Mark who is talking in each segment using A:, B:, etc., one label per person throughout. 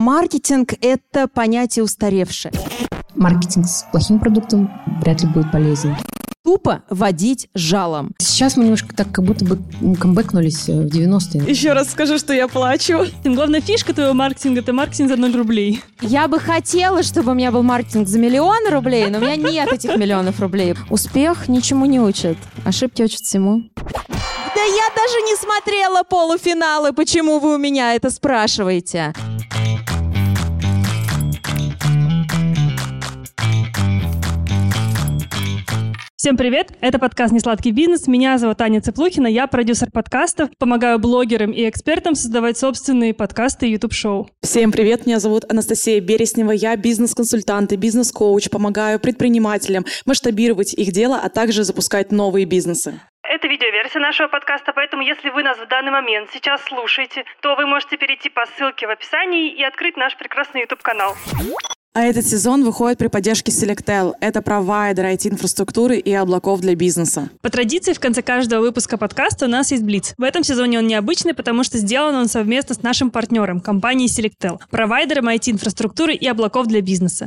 A: Маркетинг – это понятие устаревшее.
B: Маркетинг с плохим продуктом вряд ли будет полезен.
A: Тупо водить жалом.
B: Сейчас мы немножко так как будто бы камбэкнулись в 90-е.
C: Еще раз скажу, что я плачу. Главная фишка твоего маркетинга – это маркетинг за 0 рублей.
A: Я бы хотела, чтобы у меня был маркетинг за 1 000 000 рублей, но у меня нет этих 1 000 000 рублей. Успех ничему не учит. Ошибки учат всему. Да я даже не смотрела полуфиналы. Почему вы у меня это спрашиваете?
C: Всем привет! Это подкаст «Несладкий бизнес». Меня зовут Аня Цыплухина, я продюсер подкастов, помогаю блогерам и экспертам создавать собственные подкасты и YouTube-шоу.
D: Всем привет! Меня зовут Анастасия Береснева, я бизнес-консультант и бизнес-коуч, помогаю предпринимателям масштабировать их дело, а также запускать новые бизнесы.
C: Это видеоверсия нашего подкаста, поэтому если вы нас в данный момент сейчас слушаете, то вы можете перейти по ссылке в описании и открыть наш прекрасный YouTube-канал.
D: А этот сезон выходит при поддержке Selectel. Это провайдер IT-инфраструктуры и облаков для бизнеса.
C: По традиции, в конце каждого выпуска подкаста у нас есть Блиц. В этом сезоне он необычный, потому что сделан он совместно с нашим партнером, компанией Selectel, провайдером IT-инфраструктуры и облаков для бизнеса.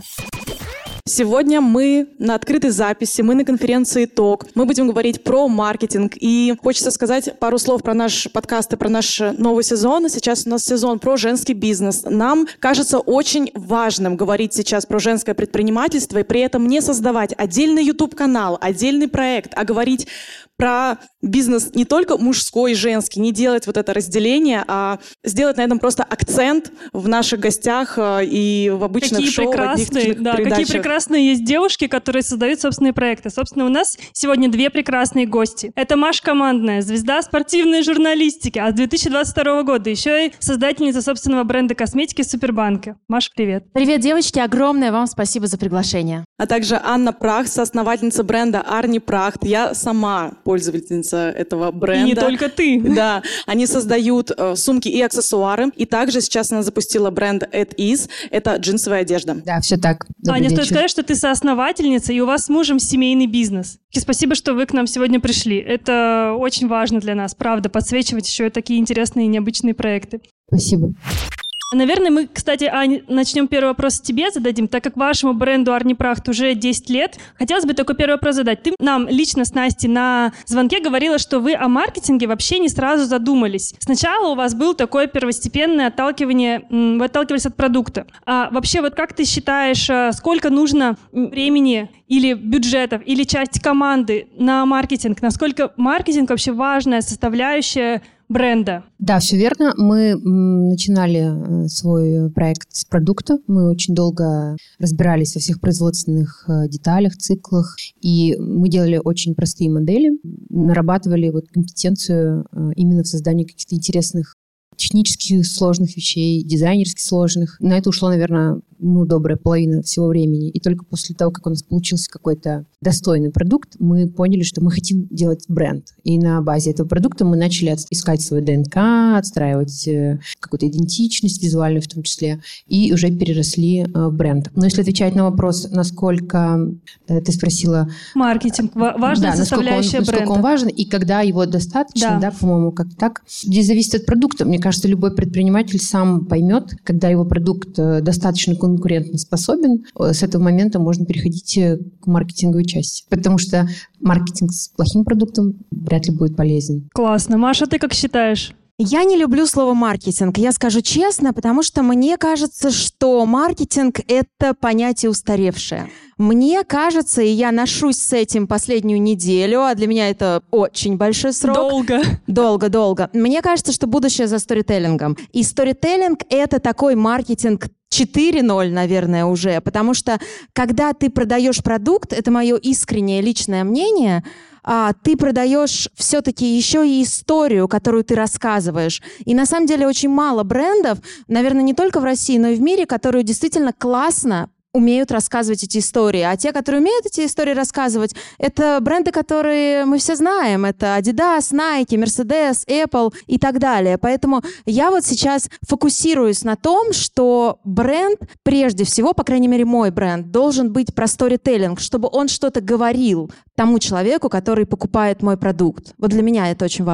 D: Сегодня мы на открытой записи, мы на конференции ТОК. Мы будем говорить про маркетинг. И хочется сказать пару слов про наш подкаст и про наш новый сезон. Сейчас у нас сезон про женский бизнес. Нам кажется очень важным говорить сейчас про женское предпринимательство и при этом не создавать отдельный YouTube-канал, отдельный проект, а говорить про бизнес не только мужской и женский, не делать вот это разделение, а сделать на этом просто акцент в наших гостях и в обычных
C: какие
D: шоу, в одних передачах.
C: Какие прекрасные есть девушки, которые создают собственные проекты. Собственно, у нас сегодня 2 прекрасные гости. Это Маша Командная, звезда спортивной журналистики, а с 2022 года еще и создательница собственного бренда косметики Супербанка. Маша, привет.
A: Привет, девочки. Огромное вам спасибо за приглашение.
D: А также Анна Прахт, соосновательница бренда Арни Прахт. Я сама пользовательница этого бренда.
C: И не только ты.
D: Да, они создают сумки и аксессуары. И также сейчас она запустила бренд It Is. Это джинсовая одежда.
B: Да, все так.
C: Аня, стоит сказать, что ты соосновательница, и у вас с мужем семейный бизнес. И спасибо, что вы к нам сегодня пришли. Это очень важно для нас, правда, подсвечивать еще и такие интересные и необычные проекты.
B: Спасибо.
C: Наверное, мы, кстати, Ань, начнем первый вопрос тебе зададим, так как вашему бренду Арни Прахт уже 10 лет. Хотелось бы такой первый вопрос задать. Ты нам лично с Настей на звонке говорила, что вы о маркетинге вообще не сразу задумались. Сначала у вас было такое первостепенное отталкивание, вы отталкивались от продукта. А вообще, вот как ты считаешь, сколько нужно времени или бюджетов, или часть команды на маркетинг? Насколько маркетинг вообще важная составляющая бренда?
B: Да, все верно. Мы начинали свой проект с продукта. Мы очень долго разбирались во всех производственных деталях, циклах. И мы делали очень простые модели, нарабатывали вот компетенцию именно в создании каких-то интересных технически сложных вещей, дизайнерски сложных. На это ушло, наверное, добрая половина всего времени. И только после того, как у нас получился какой-то достойный продукт, мы поняли, что мы хотим делать бренд. И на базе этого продукта мы начали искать свою ДНК, отстраивать какую-то идентичность визуальную в том числе, и уже переросли в бренд. Но если отвечать на вопрос, насколько ты спросила...
C: Маркетинг. Важная составляющая бренда.
B: Насколько он важен, и когда его достаточно, да, по-моему, как-то так. Здесь зависит от продукта. Мне кажется, любой предприниматель сам поймет, когда его продукт достаточно конкурентоспособен, с этого момента можно переходить к маркетинговой части. Потому что маркетинг с плохим продуктом вряд ли будет полезен.
C: Классно. Маша, ты как считаешь?
A: Я не люблю слово «маркетинг», я скажу честно, потому что мне кажется, что маркетинг – это понятие устаревшее. Мне кажется, и я ношусь с этим последнюю неделю, а для меня это очень большой срок. Долго. Мне кажется, что будущее за сторителлингом. И сторителлинг – это такой маркетинг 4.0, наверное, уже, потому что когда ты продаешь продукт, это мое искреннее личное мнение, ты продаешь все-таки еще и историю, которую ты рассказываешь. И на самом деле очень мало брендов, наверное, не только в России, но и в мире, которые действительно классно умеют рассказывать эти истории. А те, которые умеют эти истории рассказывать, это бренды, которые мы все знаем. Это Adidas, Nike, Mercedes, Apple и так далее. Поэтому я вот сейчас фокусируюсь на том, что бренд, прежде всего, по крайней мере, мой бренд, должен быть про сторителлинг, чтобы он что-то говорил тому человеку, который покупает мой продукт. Вот для меня это очень важно.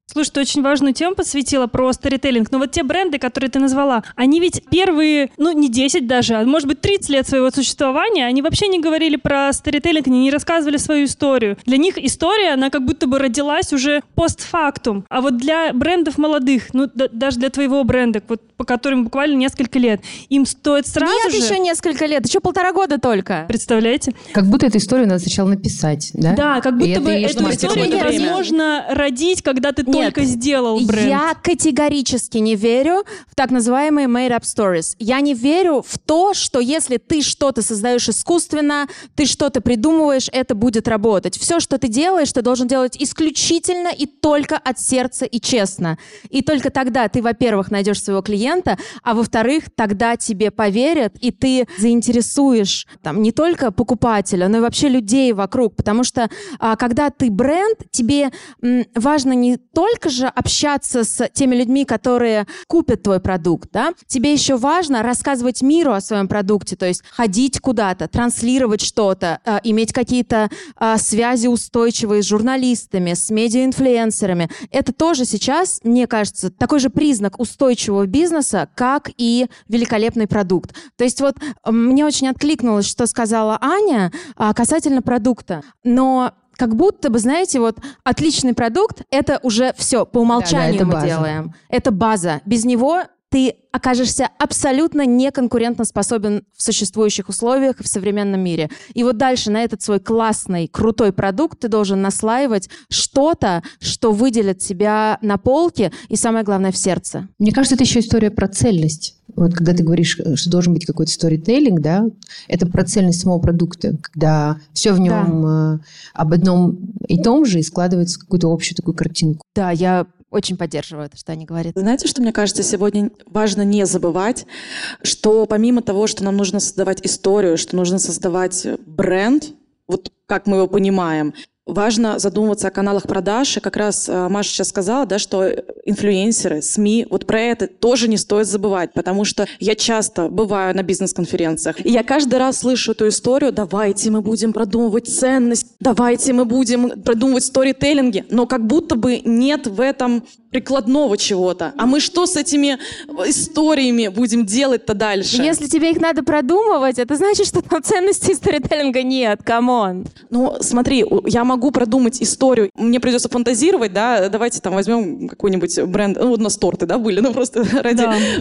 C: Слушай, ты очень важную тему посвятила про сторителлинг. Но вот те бренды, которые ты назвала, они ведь первые, не 10 даже, а может быть 30 лет своего существования, они вообще не говорили про сторителлинг, они не рассказывали свою историю. Для них история, она как будто бы родилась уже постфактум. А вот для брендов молодых, даже для твоего бренда, вот по которым буквально несколько лет, им стоит сразу
A: Нет,
C: же...
A: еще несколько лет, еще 1,5 года только.
C: Представляете?
B: Как будто эту историю надо сначала написать, да?
C: Да, как будто бы эту историю невозможно родить, когда ты только сделал бренд.
A: Я категорически не верю в так называемые made-up stories. Я не верю в то, что если ты что-то создаешь искусственно, ты что-то придумываешь, это будет работать. Все, что ты делаешь, ты должен делать исключительно и только от сердца и честно. И только тогда ты, во-первых, найдешь своего клиента, а во-вторых, тогда тебе поверят, и ты заинтересуешь не только покупателя, но и вообще людей вокруг. Потому что когда ты бренд, тебе важно не только же общаться с теми людьми, которые купят твой продукт, да? Тебе еще важно рассказывать миру о своем продукте, то есть ходить куда-то, транслировать что-то, иметь какие-то связи устойчивые с журналистами, с медиаинфлюенсерами. Это тоже сейчас, мне кажется, такой же признак устойчивого бизнеса, как и великолепный продукт. То есть вот мне очень откликнулось, что сказала Аня касательно продукта. Но как будто бы, знаете, вот отличный продукт — это уже все, по умолчанию мы делаем. Это база. Без него ты окажешься абсолютно неконкурентоспособен в существующих условиях и в современном мире. И вот дальше на этот свой классный, крутой продукт ты должен наслаивать что-то, что выделит тебя на полке и, самое главное, в сердце.
B: Мне кажется, это еще история про цельность. Вот когда ты говоришь, что должен быть какой-то сторителлинг, да, это про цельность самого продукта, когда все в нем об одном и том же и складывается в какую-то общую такую картинку.
A: Да, я очень поддерживаю то, что они говорят.
D: Знаете, что мне кажется, сегодня важно не забывать, что помимо того, что нам нужно создавать историю, что нужно создавать бренд, вот как мы его понимаем, важно задумываться о каналах продаж. И как раз Маша сейчас сказала, да, что инфлюенсеры, СМИ, вот про это тоже не стоит забывать, потому что я часто бываю на бизнес-конференциях, и я каждый раз слышу эту историю: давайте мы будем продумывать ценность, давайте мы будем продумывать сторителлинги, но как будто бы нет в этом прикладного чего-то. А мы что с этими историями будем делать-то дальше?
A: Если тебе их надо продумывать, это значит, что там ценностей сторителлинга нет, камон.
D: Ну, смотри, я могу продумать историю, мне придется фантазировать, да, давайте там возьмем какой-нибудь бренд, у нас торты, да, были, просто ради,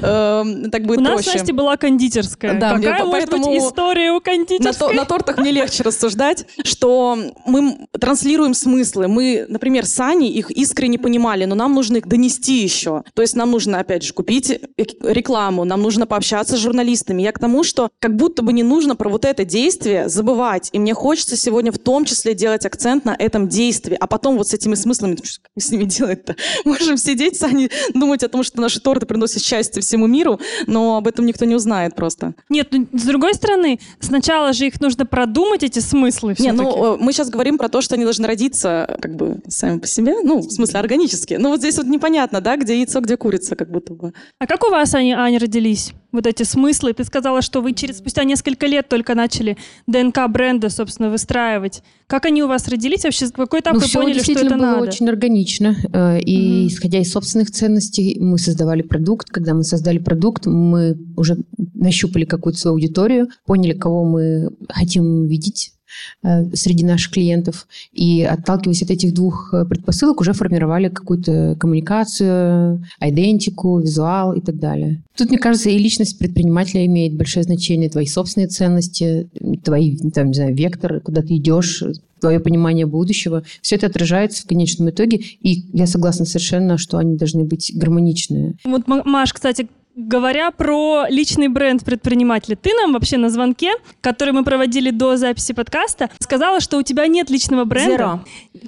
D: так будет проще.
C: У нас, Настя, была кондитерская.
D: Да,
C: какая может быть история у кондитерской?
D: На тортах мне легче рассуждать, что мы транслируем смыслы. Мы, например, с Аней их искренне понимали, но нам нужно их донести еще. То есть нам нужно, опять же, купить рекламу, нам нужно пообщаться с журналистами. Я к тому, что как будто бы не нужно про вот это действие забывать. И мне хочется сегодня в том числе делать акцент на этом действии. А потом вот с этими смыслами, что с ними делать-то? Можем сидеть с Аней, думать о том, что наши торты приносят счастье всему миру, но об этом никто не узнает просто.
C: Нет, с другой стороны, сначала же их нужно продумать, эти смыслы все-таки.
D: Нет, мы сейчас говорим про то, что они должны родиться как бы сами по себе, в смысле органически. Но вот здесь вот непонятно, да, где яйцо, где курица, как будто бы.
C: А как у вас, Аня, родились вот эти смыслы? Ты сказала, что вы спустя несколько лет только начали ДНК бренда, собственно, выстраивать. Как они у вас родились? Вообще, в какой этап вы поняли, что это
B: было
C: надо?
B: Очень органично. И исходя из собственных ценностей, мы создавали продукт. Когда мы создали продукт, мы уже нащупали какую-то свою аудиторию, поняли, кого мы хотим видеть среди наших клиентов. И, отталкиваясь от этих двух предпосылок, уже формировали какую-то коммуникацию, идентику, визуал и так далее. Тут, мне кажется, и личность предпринимателя имеет большое значение. Твои собственные ценности, твои, там, не знаю, вектор, куда ты идешь, твое понимание будущего. Все это отражается в конечном итоге. И я согласна совершенно, что они должны быть гармоничные.
C: Вот, Маш, кстати, говоря про личный бренд предпринимателя, ты нам вообще на звонке, который мы проводили до записи подкаста, сказала, что у тебя нет личного бренда.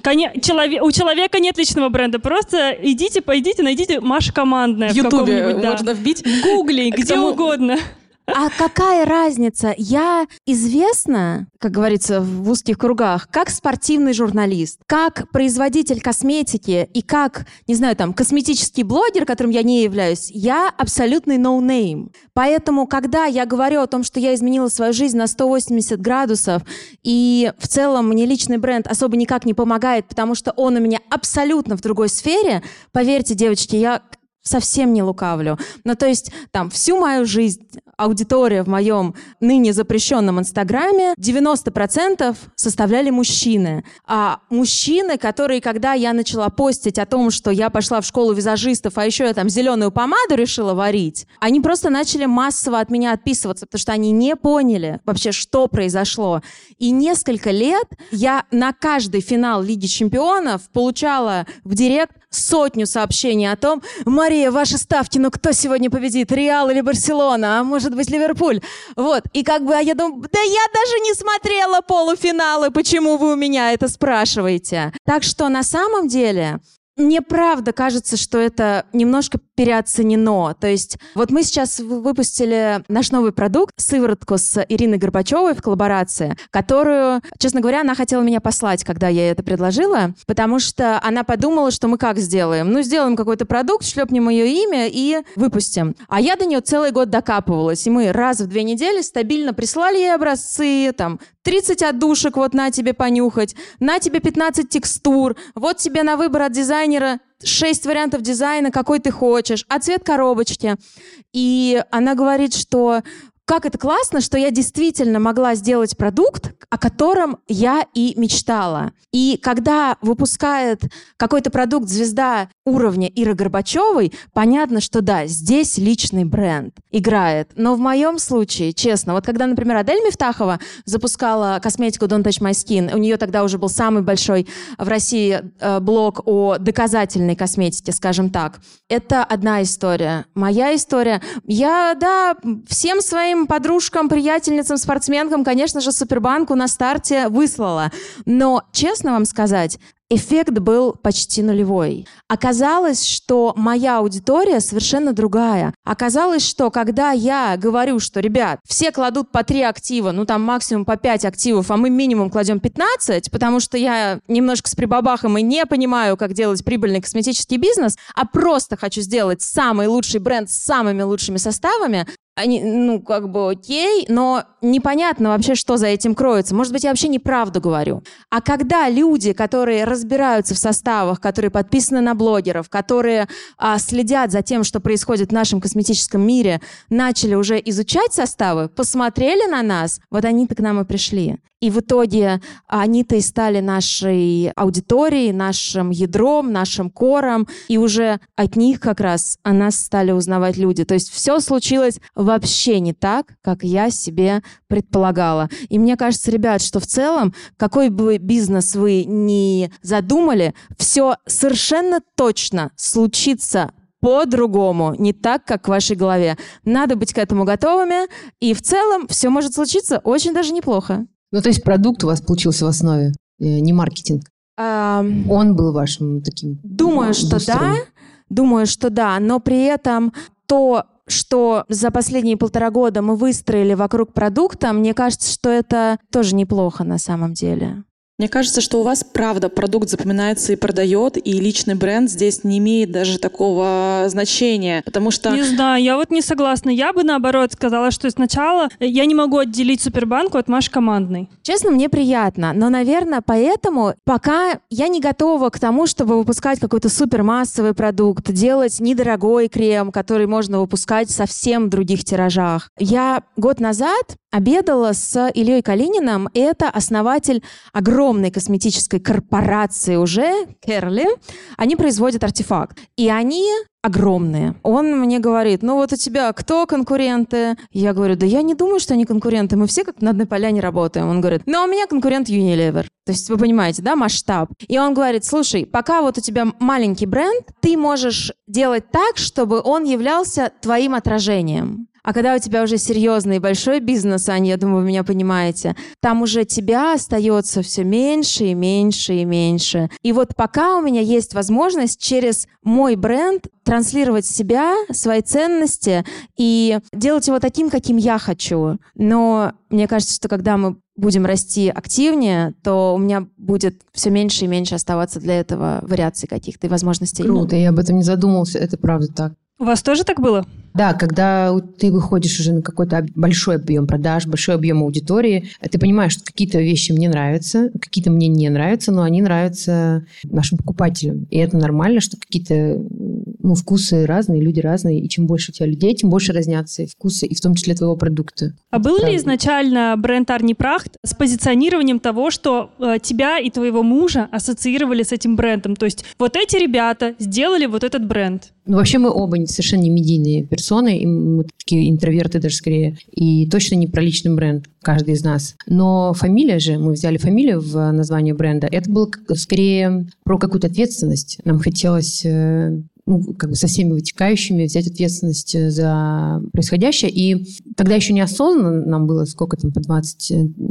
C: У человека нет личного бренда. Просто пойдите, найдите Маша Командная.
D: В Ютубе можно вбить.
C: В Гугле, где угодно.
A: А какая разница? Я известна, как говорится, в узких кругах, как спортивный журналист, как производитель косметики и как, не знаю, там, косметический блогер, которым я не являюсь, я абсолютный no-name. Поэтому, когда я говорю о том, что я изменила свою жизнь на 180 градусов, и в целом мне личный бренд особо никак не помогает, потому что он у меня абсолютно в другой сфере, поверьте, девочки, я совсем не лукавлю. Но то есть там всю мою жизнь аудитория в моем ныне запрещенном Инстаграме 90% составляли мужчины. А мужчины, которые, когда я начала постить о том, что я пошла в школу визажистов, а еще я там зеленую помаду решила варить, они просто начали массово от меня отписываться, потому что они не поняли вообще, что произошло. И несколько лет я на каждый финал Лиги чемпионов получала в директ 100 сообщений о том: «Мария, ваши ставки, ну кто сегодня победит, Реал или Барселона, а может быть Ливерпуль?» Вот, и как бы я думаю, да я даже не смотрела полуфиналы, почему вы у меня это спрашиваете? Так что на самом деле... Мне правда кажется, что это немножко переоценено. То есть вот мы сейчас выпустили наш новый продукт, сыворотку с Ириной Горбачевой в коллаборации, которую, честно говоря, она хотела меня послать, когда я ей это предложила, потому что она подумала, что мы как сделаем? Ну, сделаем какой-то продукт, шлепнем ее имя и выпустим. А я до нее целый год докапывалась, и мы раз в 2 недели стабильно прислали ей образцы, там, 30 отдушек, вот на тебе понюхать, на тебе 15 текстур, вот тебе на выбор от дизайнера 6 вариантов дизайна, какой ты хочешь, а цвет коробочки. И она говорит, что как это классно, что я действительно могла сделать продукт, о котором я и мечтала. И когда выпускает какой-то продукт звезда уровня Иры Горбачевой, понятно, что да, здесь личный бренд играет. Но в моем случае, честно, вот когда, например, Адель Мифтахова запускала косметику Don't Touch My Skin, у нее тогда уже был самый большой в России блог о доказательной косметике, скажем так. Это одна история. Моя история. Я, да, всем своим подружкам, приятельницам, спортсменкам, конечно же, Супербанку на старте выслала. Но, честно вам сказать, эффект был почти нулевой. Оказалось, что моя аудитория совершенно другая. Оказалось, что когда я говорю, что, ребят, все кладут по 3 актива, ну там максимум по 5 активов, а мы минимум кладем 15, потому что я немножко с прибабахом и не понимаю, как делать прибыльный косметический бизнес, а просто хочу сделать самый лучший бренд с самыми лучшими составами, они, ну, как бы окей, но непонятно вообще, что за этим кроется. Может быть, я вообще неправду говорю. А когда люди, которые разбираются в составах, которые подписаны на блогеров, которые следят за тем, что происходит в нашем косметическом мире, начали уже изучать составы, посмотрели на нас, вот они-то к нам и пришли. И в итоге они-то и стали нашей аудиторией, нашим ядром, нашим кором, и уже от них как раз о нас стали узнавать люди. То есть все случилось вообще не так, как я себе предполагала. И мне кажется, ребят, что в целом, какой бы бизнес вы ни задумали, все совершенно точно случится по-другому, не так, как в вашей голове. Надо быть к этому готовыми, и в целом все может случиться очень даже неплохо.
B: Ну, то есть продукт у вас получился в основе, не маркетинг? Он был вашим таким...
A: Думаю, что да, но при этом то, что за последние 1,5 года мы выстроили вокруг продукта, мне кажется, что это тоже неплохо на самом деле.
D: Мне кажется, что у вас, правда, продукт запоминается и продает, и личный бренд здесь не имеет даже такого значения, потому что...
C: Не знаю, я вот не согласна. Я бы, наоборот, сказала, что сначала я не могу отделить Супербанку от Маши Командной.
A: Честно, мне приятно, но, наверное, поэтому пока я не готова к тому, чтобы выпускать какой-то супермассовый продукт, делать недорогой крем, который можно выпускать в совсем других тиражах. Я год назад обедала с Ильей Калининым, это основатель огромной косметической корпорации уже, Керли. Они производят артефакт. И они огромные. Он мне говорит, ну вот у тебя кто конкуренты? Я говорю, да я не думаю, что они конкуренты, мы все как на одной поляне работаем. Он говорит, ну у меня конкурент Unilever. То есть вы понимаете, да, масштаб. И он говорит, слушай, пока вот у тебя маленький бренд, ты можешь делать так, чтобы он являлся твоим отражением. А когда у тебя уже серьезный и большой бизнес, Аня, я думаю, вы меня понимаете, там уже тебя остается все меньше и меньше и меньше. И вот пока у меня есть возможность через мой бренд транслировать себя, свои ценности и делать его таким, каким я хочу. Но мне кажется, что когда мы будем расти активнее, то у меня будет все меньше и меньше оставаться для этого вариаций каких-то и возможностей.
B: Круто, я об этом не задумывался, это правда так.
C: У вас тоже так было?
B: Да, когда ты выходишь уже на какой-то большой объем продаж, большой объем аудитории, ты понимаешь, что какие-то вещи мне нравятся, какие-то мне не нравятся, но они нравятся нашим покупателям. И это нормально, что какие-то вкусы разные, люди разные, и чем больше у тебя людей, тем больше разнятся и вкусы, и в том числе твоего продукта.
C: А был ли изначально бренд Арни Прахт с позиционированием того, что тебя и твоего мужа ассоциировали с этим брендом? То есть вот эти ребята сделали вот этот бренд.
B: Вообще мы оба совершенно не медийные персоны, и мы такие интроверты даже скорее, и точно не про личный бренд, каждый из нас. Но фамилия же, мы взяли фамилию в название бренда, это было скорее про какую-то ответственность. Нам хотелось со всеми вытекающими взять ответственность за происходящее. И тогда еще неосознанно, нам было сколько там, по 20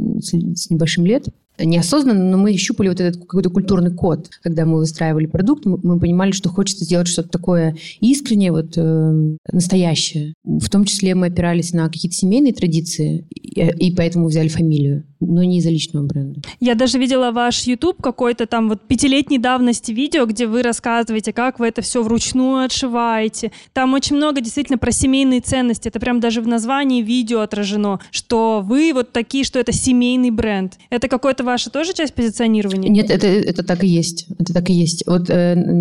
B: с небольшим лет, неосознанно, но мы щупали вот этот какой-то культурный код. Когда мы выстраивали продукт, мы понимали, что хочется сделать что-то такое искреннее, настоящее. В том числе мы опирались на какие-то семейные традиции, и поэтому взяли фамилию, но не из-за личного бренда.
C: Я даже видела ваш YouTube какой-то там 5-летней давности видео, где вы рассказываете, как вы это все вручную отшиваете. Там очень много действительно про семейные ценности. Это прям даже в названии видео отражено, что вы вот такие, что это семейный бренд. Это какое-то ваша тоже часть позиционирования?
B: Нет, это так и есть. Это так и есть. Вот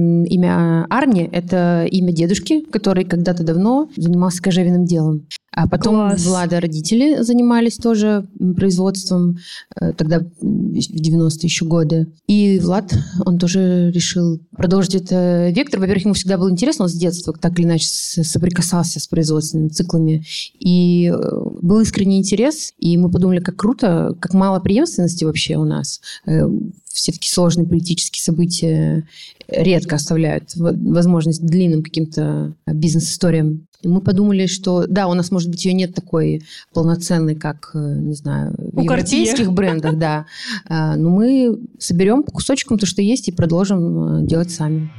B: имя Арни – это имя дедушки, который когда-то давно занимался кожевенным делом. А потом
C: Класс.
B: Влада родители занимались тоже производством, тогда в 90-е еще годы. И Влад, он тоже решил продолжить этот вектор. Во-первых, ему всегда было интересно, он с детства так или иначе соприкасался с производственными циклами. И был искренний интерес, и мы подумали, как круто, как мало преемственности вообще у нас. Все такие сложные политические события редко оставляют возможность длинным каким-то бизнес-историям. И мы подумали, что да, у нас, может быть, ее нет такой полноценной, как, не знаю, в европейских брендах, да. Но мы соберем по кусочкам то, что есть, и продолжим делать сами.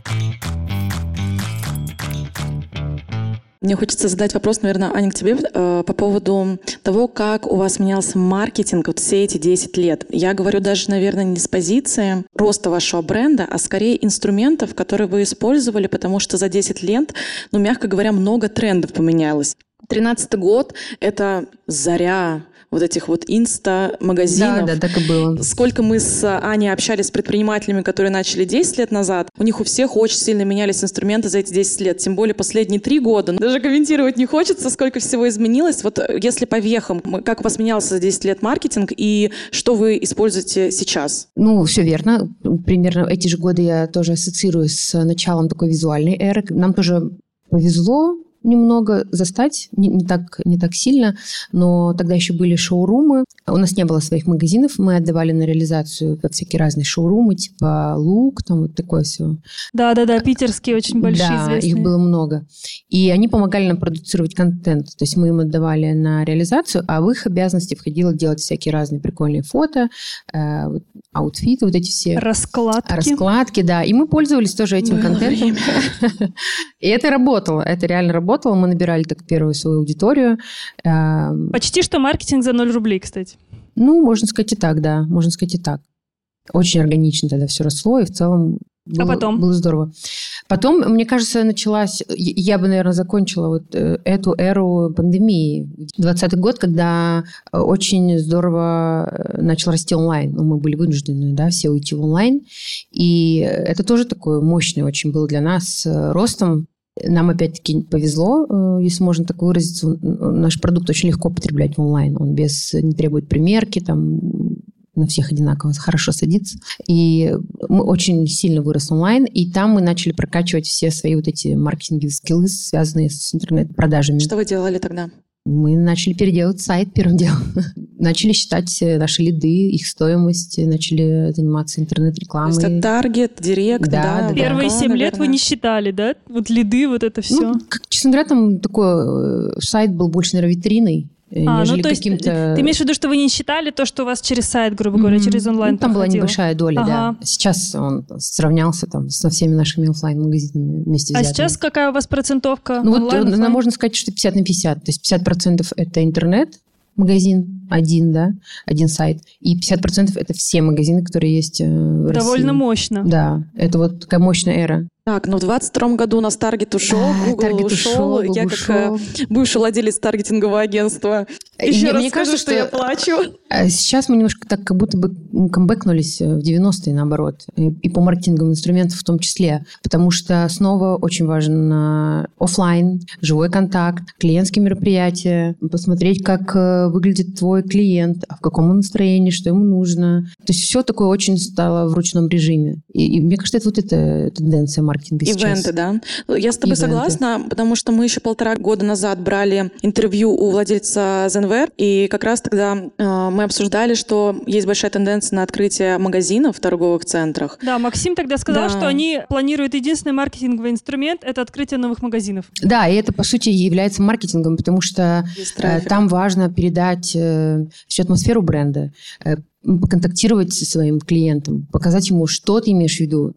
D: Мне хочется задать вопрос, наверное, Аня, к тебе по поводу того, как у вас менялся маркетинг вот все эти 10 лет. Я говорю даже, наверное, не с позиции роста вашего бренда, а скорее инструментов, которые вы использовали, потому что за 10 лет, мягко говоря, много трендов поменялось. 13-й год — это заря вот этих инста-магазинов.
B: Да, так и было.
D: Сколько мы с Аней общались с предпринимателями, которые начали 10 лет назад, у них у всех очень сильно менялись инструменты за эти 10 лет. Тем более последние 3 года. Даже комментировать не хочется, сколько всего изменилось. Вот если по вехам, как у вас менялся за 10 лет маркетинг и что вы используете сейчас?
B: Все верно. Примерно эти же годы я тоже ассоциирую с началом такой визуальной эры. Нам тоже повезло немного застать, не так сильно, но тогда еще были шоурумы. У нас не было своих магазинов, мы отдавали на реализацию во всякие разные шоурумы, типа Лук, там вот такое все.
C: Да, питерские очень большие, известные.
B: Да, их было много. И они помогали нам продуцировать контент. То есть мы им отдавали на реализацию, а в их обязанности входило делать всякие разные прикольные фото, аутфиты, вот эти все. Раскладки, да. И мы пользовались тоже этим контентом. И это работало, это реально работало. Мы набирали так первую свою аудиторию.
C: Почти что маркетинг за 0 рублей, кстати.
B: Можно сказать и так, да. Можно сказать и так. Очень органично тогда все росло, и в целом было здорово. Потом, мне кажется, началась... Я бы, наверное, закончила эту эру пандемии. 2020 год, когда очень здорово начал расти онлайн. Мы были вынуждены, все уйти в онлайн. И это тоже такой мощный очень был для нас ростом. Нам, опять-таки, повезло, если можно так выразиться. Наш продукт очень легко потреблять в онлайн. Он не требует примерки, на всех одинаково хорошо садится. И мы очень сильно вырос онлайн, и там мы начали прокачивать все свои эти маркетинговые скиллы, связанные с интернет-продажами.
D: Что вы делали тогда?
B: Мы начали переделывать сайт первым делом. начали считать наши лиды, их стоимость, начали заниматься интернет-рекламой.
D: То есть это таргет, директ, да?
C: Первые 7 лет вы не считали, да? Вот лиды, вот это все.
B: Честно говоря, там такой сайт был больше, наверное, витриной.
C: Ну, то есть ты имеешь в виду, что вы не считали то, что у вас через сайт, грубо говоря, через онлайн
B: там
C: проходило?
B: была небольшая доля, да. Сейчас он сравнялся там со всеми нашими офлайн-магазинами вместе взятыми.
C: А сейчас какая у вас процентовка?
B: Можно сказать, что 50 на 50. То есть 50% это интернет-магазин, один сайт, и 50% это все магазины, которые есть в России.
C: Довольно мощно.
B: Да, это вот такая мощная эра.
D: Так, в 22-м году у нас Таргет ушел, Google ушел. Я как бывший владелец таргетингового агентства еще раз скажу, что я плачу.
B: Сейчас мы немножко так как будто бы камбэкнулись в 90-е, наоборот. И по маркетинговым инструментам в том числе. Потому что снова очень важен офлайн, живой контакт, клиентские мероприятия, посмотреть, как выглядит твой клиент, в каком он настроении, что ему нужно. То есть все такое очень стало в ручном режиме. И мне кажется, это вот эта тенденция маркетинга сейчас.
D: Ивенты, да. Я с тобой согласна, потому что мы еще 1,5 года назад брали интервью у владельца Zenware, и как раз тогда мы обсуждали, что есть большая тенденция на открытие магазинов в торговых центрах.
C: Да, Максим тогда сказал, что они планируют единственный маркетинговый инструмент – это открытие новых магазинов.
B: Да, и это, по сути, является маркетингом, потому что там важно передать всю атмосферу бренда, поконтактировать со своим клиентом, показать ему, что ты имеешь в виду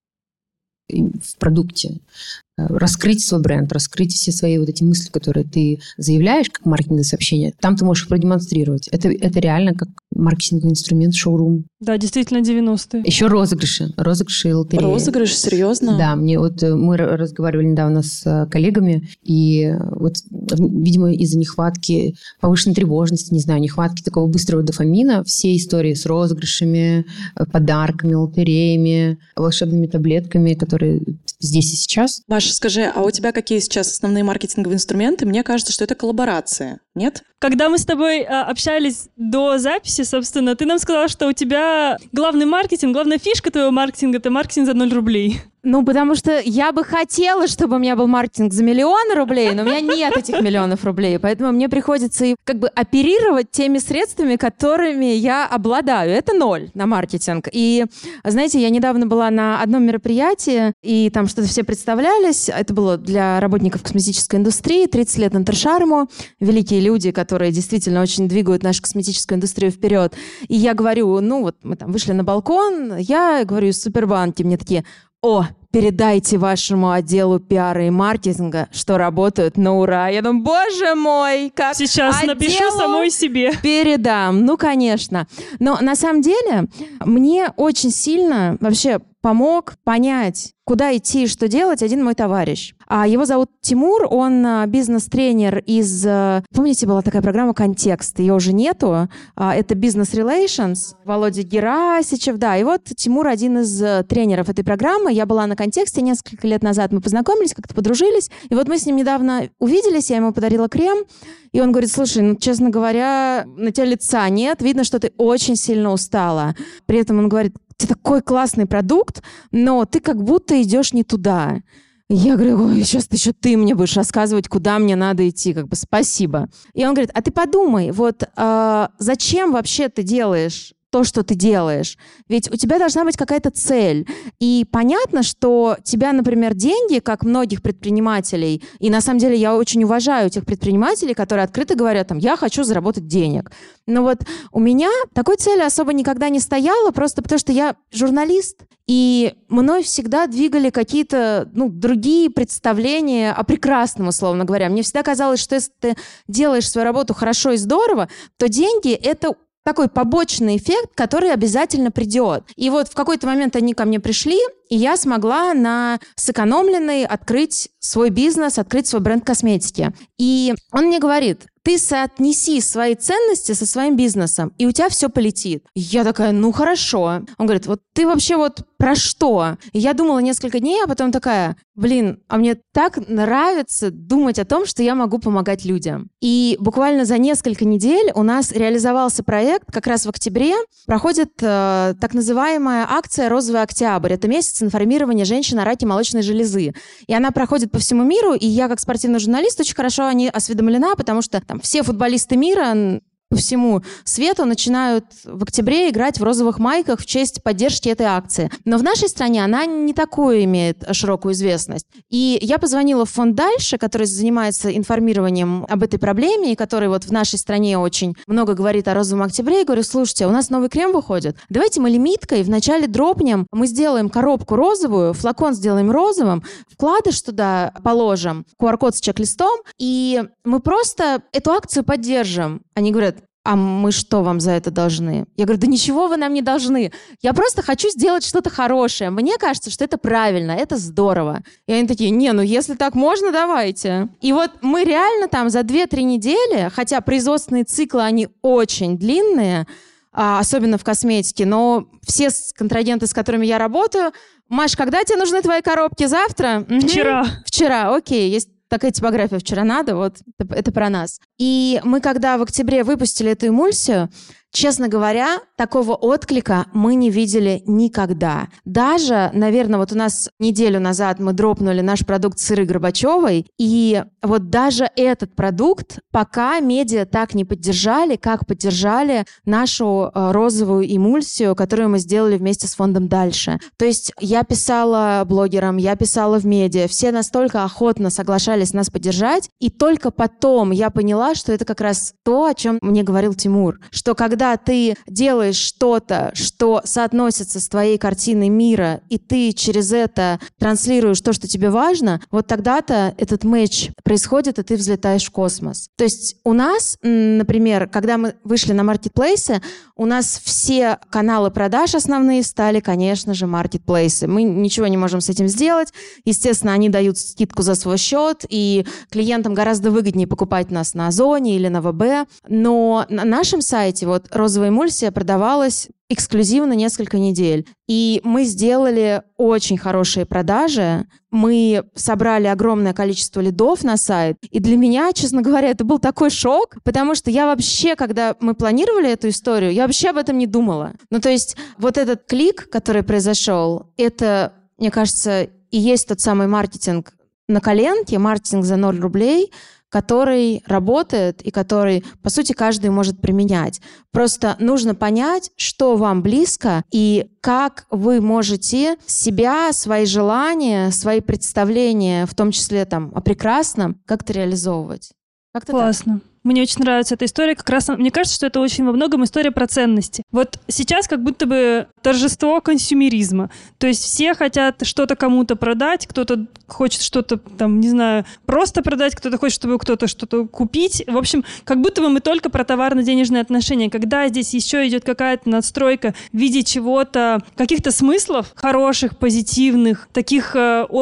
B: в продукте, раскрыть свой бренд, раскрыть все свои вот эти мысли, которые ты заявляешь как маркетинговое сообщение, там ты можешь продемонстрировать. Это реально как маркетинговый инструмент, шоурум.
C: Да, действительно, 90-е.
B: Еще розыгрыши и лотереи.
D: Розыгрыш? Серьезно?
B: Да, мы разговаривали недавно с коллегами, и вот, видимо, из-за нехватки, повышенной тревожности, не знаю, нехватки такого быстрого дофамина, все истории с розыгрышами, подарками, лотереями, волшебными таблетками, которые здесь и сейчас.
D: Маша, скажи, а у тебя какие сейчас основные маркетинговые инструменты? Мне кажется, что это коллаборация, нет?
C: Когда мы с тобой общались до записи, собственно, ты нам сказала, что у тебя главный маркетинг, главная фишка твоего маркетинга – это маркетинг за 0 рублей.
A: Потому что я бы хотела, чтобы у меня был маркетинг за 1 000 000 рублей, но у меня нет этих 1 000 000 рублей, поэтому мне приходится оперировать теми средствами, которыми я обладаю. Это 0 на маркетинг. И, знаете, я недавно была на одном мероприятии, и там что-то все представлялись. Это было для работников косметической индустрии, 30 лет Интершарму, великие люди, которые действительно очень двигают нашу косметическую индустрию вперед. И я говорю, мы там вышли на балкон, я говорю из Супербанки, мне такие: передайте вашему отделу пиара и маркетинга, что работают на ура. Я думаю, боже мой, как
C: сейчас напишу самой себе.
A: Передам, конечно. Но на самом деле мне очень сильно вообще помог понять, куда идти и что делать один мой товарищ. Его зовут Тимур, он бизнес-тренер из... Помните, была такая программа «Контекст», ее уже нету. Это Business Relations, Володя Герасичев, да. И вот Тимур один из тренеров этой программы. Я была на «Контексте» несколько лет назад, мы познакомились, как-то подружились. И вот мы с ним недавно увиделись, я ему подарила крем, и он говорит: слушай, честно говоря, на тебя лица нет, видно, что ты очень сильно устала. При этом он говорит: ты такой классный продукт, но ты как будто идешь не туда. Я говорю: сейчас еще ты мне будешь рассказывать, куда мне надо идти, спасибо. И он говорит: а ты подумай, зачем вообще ты делаешь то, что ты делаешь? Ведь у тебя должна быть какая-то цель. И понятно, что тебя, например, деньги, как многих предпринимателей, и на самом деле я очень уважаю тех предпринимателей, которые открыто говорят, я хочу заработать денег. Но у меня такой цели особо никогда не стояло, просто потому что я журналист, и мной всегда двигали какие-то другие представления о прекрасном, условно говоря. Мне всегда казалось, что если ты делаешь свою работу хорошо и здорово, то деньги — это такой побочный эффект, который обязательно придет. И в какой-то момент они ко мне пришли, и я смогла на сэкономленный открыть свой бизнес, открыть свой бренд косметики. И он мне говорит: ты соотнеси свои ценности со своим бизнесом, и у тебя все полетит. И я такая: хорошо. Он говорит: ты вообще про что? И я думала несколько дней, а потом такая: а мне так нравится думать о том, что я могу помогать людям. И буквально за несколько недель у нас реализовался проект, как раз в октябре проходит так называемая акция «Розовый октябрь». Это месяц информирования женщин о раке молочной железы. И она проходит по всему миру, и я, как спортивный журналист, очень хорошо о ней осведомлена, потому что все футболисты мира по всему свету начинают в октябре играть в розовых майках в честь поддержки этой акции. Но в нашей стране она не такую имеет широкую известность. И я позвонила в фонд «Дальше», который занимается информированием об этой проблеме, и который вот в нашей стране очень много говорит о розовом октябре, и говорю: слушайте, у нас новый крем выходит, давайте мы лимиткой вначале дропнем, мы сделаем коробку розовую, флакон сделаем розовым, вкладыш туда положим, QR-код с чек-листом, и мы просто эту акцию поддержим. Они говорят: а мы что вам за это должны? Я говорю: да ничего вы нам не должны. Я просто хочу сделать что-то хорошее. Мне кажется, что это правильно, это здорово. И они такие: не, ну если так можно, давайте. И вот мы реально там за 2-3 недели, хотя производственные циклы, они очень длинные, особенно в косметике, но все контрагенты, с которыми я работаю: Маш, когда тебе нужны твои коробки? Завтра?
C: Вчера.
A: Вчера, окей, есть такая типография «Вчера надо», вот это про нас. И мы, когда в октябре выпустили эту эмульсию, честно говоря, такого отклика мы не видели никогда. Даже, наверное, вот у нас неделю назад мы дропнули наш продукт с Ирой Горбачевой, и вот даже этот продукт пока медиа так не поддержали, как поддержали нашу розовую эмульсию, которую мы сделали вместе с фондом «Дальше». То есть я писала блогерам, я писала в медиа, все настолько охотно соглашались нас поддержать, и только потом я поняла, что это как раз то, о чем мне говорил Тимур, что когда ты делаешь что-то, что соотносится с твоей картиной мира, и ты через это транслируешь то, что тебе важно, вот тогда-то этот матч происходит, и ты взлетаешь в космос. То есть у нас, например, когда мы вышли на маркетплейсы, у нас все каналы продаж основные стали, конечно же, маркетплейсы. Мы ничего не можем с этим сделать. Естественно, они дают скидку за свой счет, и клиентам гораздо выгоднее покупать нас на Озоне или на ВБ. Но на нашем сайте вот розовая эмульсия продавалась эксклюзивно несколько недель. И мы сделали очень хорошие продажи. Мы собрали огромное количество лидов на сайт. И для меня, честно говоря, это был такой шок, потому что я вообще, когда мы планировали эту историю, я вообще об этом не думала. Ну, то есть вот этот клик, который произошел, это, мне кажется, и есть тот самый маркетинг на коленке, маркетинг за 0 рублей, который работает и который, по сути, каждый может применять. Просто нужно понять, что вам близко и как вы можете себя, свои желания, свои представления, в том числе там, о прекрасном, как-то реализовывать. Как-то
C: классно. Так. Мне очень нравится эта история. Как раз мне кажется, что это очень во многом история про ценности. Вот сейчас как будто бы торжество консюмеризма. То есть все хотят что-то кому-то продать, кто-то хочет что-то, там, не знаю, просто продать, кто-то хочет, чтобы кто-то что-то купить. В общем, как будто бы мы только про товарно-денежные отношения. Когда здесь еще идет какая-то надстройка в виде чего-то, каких-то смыслов хороших, позитивных, таких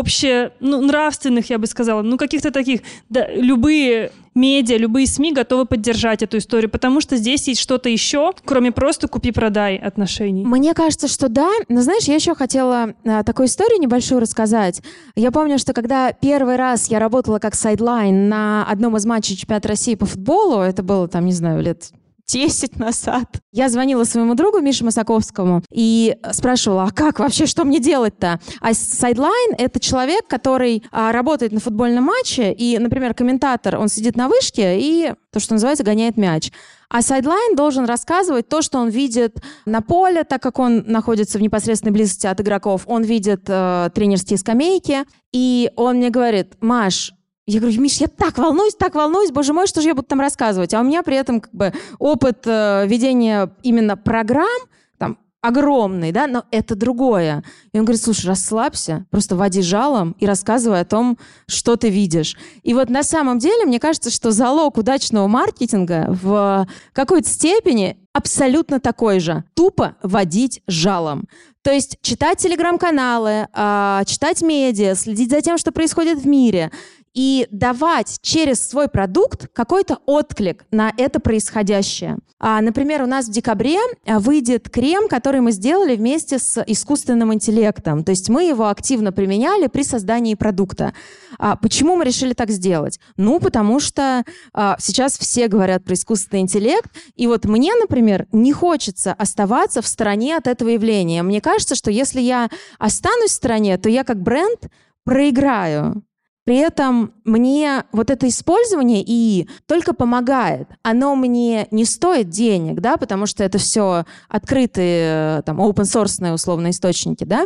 C: нравственных, я бы сказала, каких-то таких, да, любые медиа, любые СМИ готовы поддержать эту историю, потому что здесь есть что-то еще, кроме просто купи-продай отношений.
A: Мне кажется, что да. Но знаешь, я еще хотела такую историю небольшую рассказать. Я помню, что когда первый раз я работала как сайдлайн на одном из матчей чемпионата России по футболу, это было, там, не знаю, лет 10 назад. Я звонила своему другу Мише Масаковскому и спрашивала: а как вообще, что мне делать-то? А сайдлайн — это человек, который работает на футбольном матче, и, например, комментатор, он сидит на вышке и, то, что называется, гоняет мяч. А сайдлайн должен рассказывать то, что он видит на поле, так как он находится в непосредственной близости от игроков. Он видит тренерские скамейки, и он мне говорит: Маш, я говорю: Миш, я так волнуюсь, боже мой, что же я буду там рассказывать? А у меня при этом как бы опыт ведения именно программ там огромный, да, но это другое. И он говорит: слушай, расслабься, просто води жалом и рассказывай о том, что ты видишь. И вот на самом деле, мне кажется, что залог удачного маркетинга в какой-то степени абсолютно такой же. Тупо водить жалом. То есть читать телеграм-каналы, читать медиа, следить за тем, что происходит в мире, и давать через свой продукт какой-то отклик на это происходящее. Например, у нас в декабре выйдет крем, который мы сделали вместе с искусственным интеллектом. То есть мы его активно применяли при создании продукта. Почему мы решили так сделать? Потому что сейчас все говорят про искусственный интеллект, и вот мне, например, не хочется оставаться в стороне от этого явления. Мне кажется, что если я останусь в стороне, то я как бренд проиграю. При этом мне вот это использование ИИ только помогает. Оно мне не стоит денег, да, потому что это все открытые, там, open-source условно источники, да,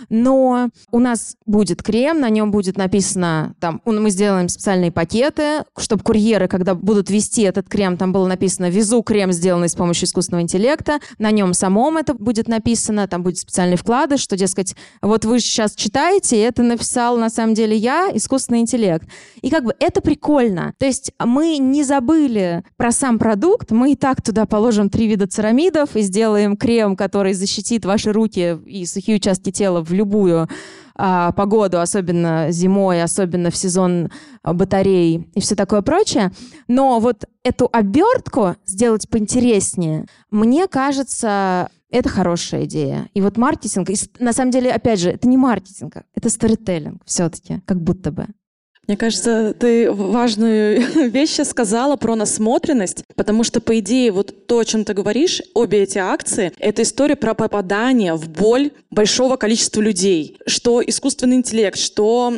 A: но у нас будет крем, на нем будет написано, там, мы сделаем специальные пакеты, чтобы курьеры, когда будут везти этот крем, там было написано «Везу крем, сделанный с помощью искусственного интеллекта», на нем самом это будет написано, там будет специальный вкладыш, что, дескать, вот вы сейчас читаете, это написал на самом деле я, искусственный интеллект. И как бы это прикольно. То есть мы не забыли про сам продукт, мы и так туда положим 3 вида церамидов и сделаем крем, который защитит ваши руки и сухие участки тела в любую погоду, особенно зимой, особенно в сезон батарей и все такое прочее. Но вот эту обертку сделать поинтереснее, мне кажется, это хорошая идея. И вот маркетинг, на самом деле, опять же, это не маркетинг, это сторителлинг все-таки, как будто бы.
D: Мне кажется, ты важную вещь сказала про насмотренность, потому что, по идее, вот то, о чем ты говоришь, обе эти акции — это история про попадание в боль большого количества людей. Что искусственный интеллект, что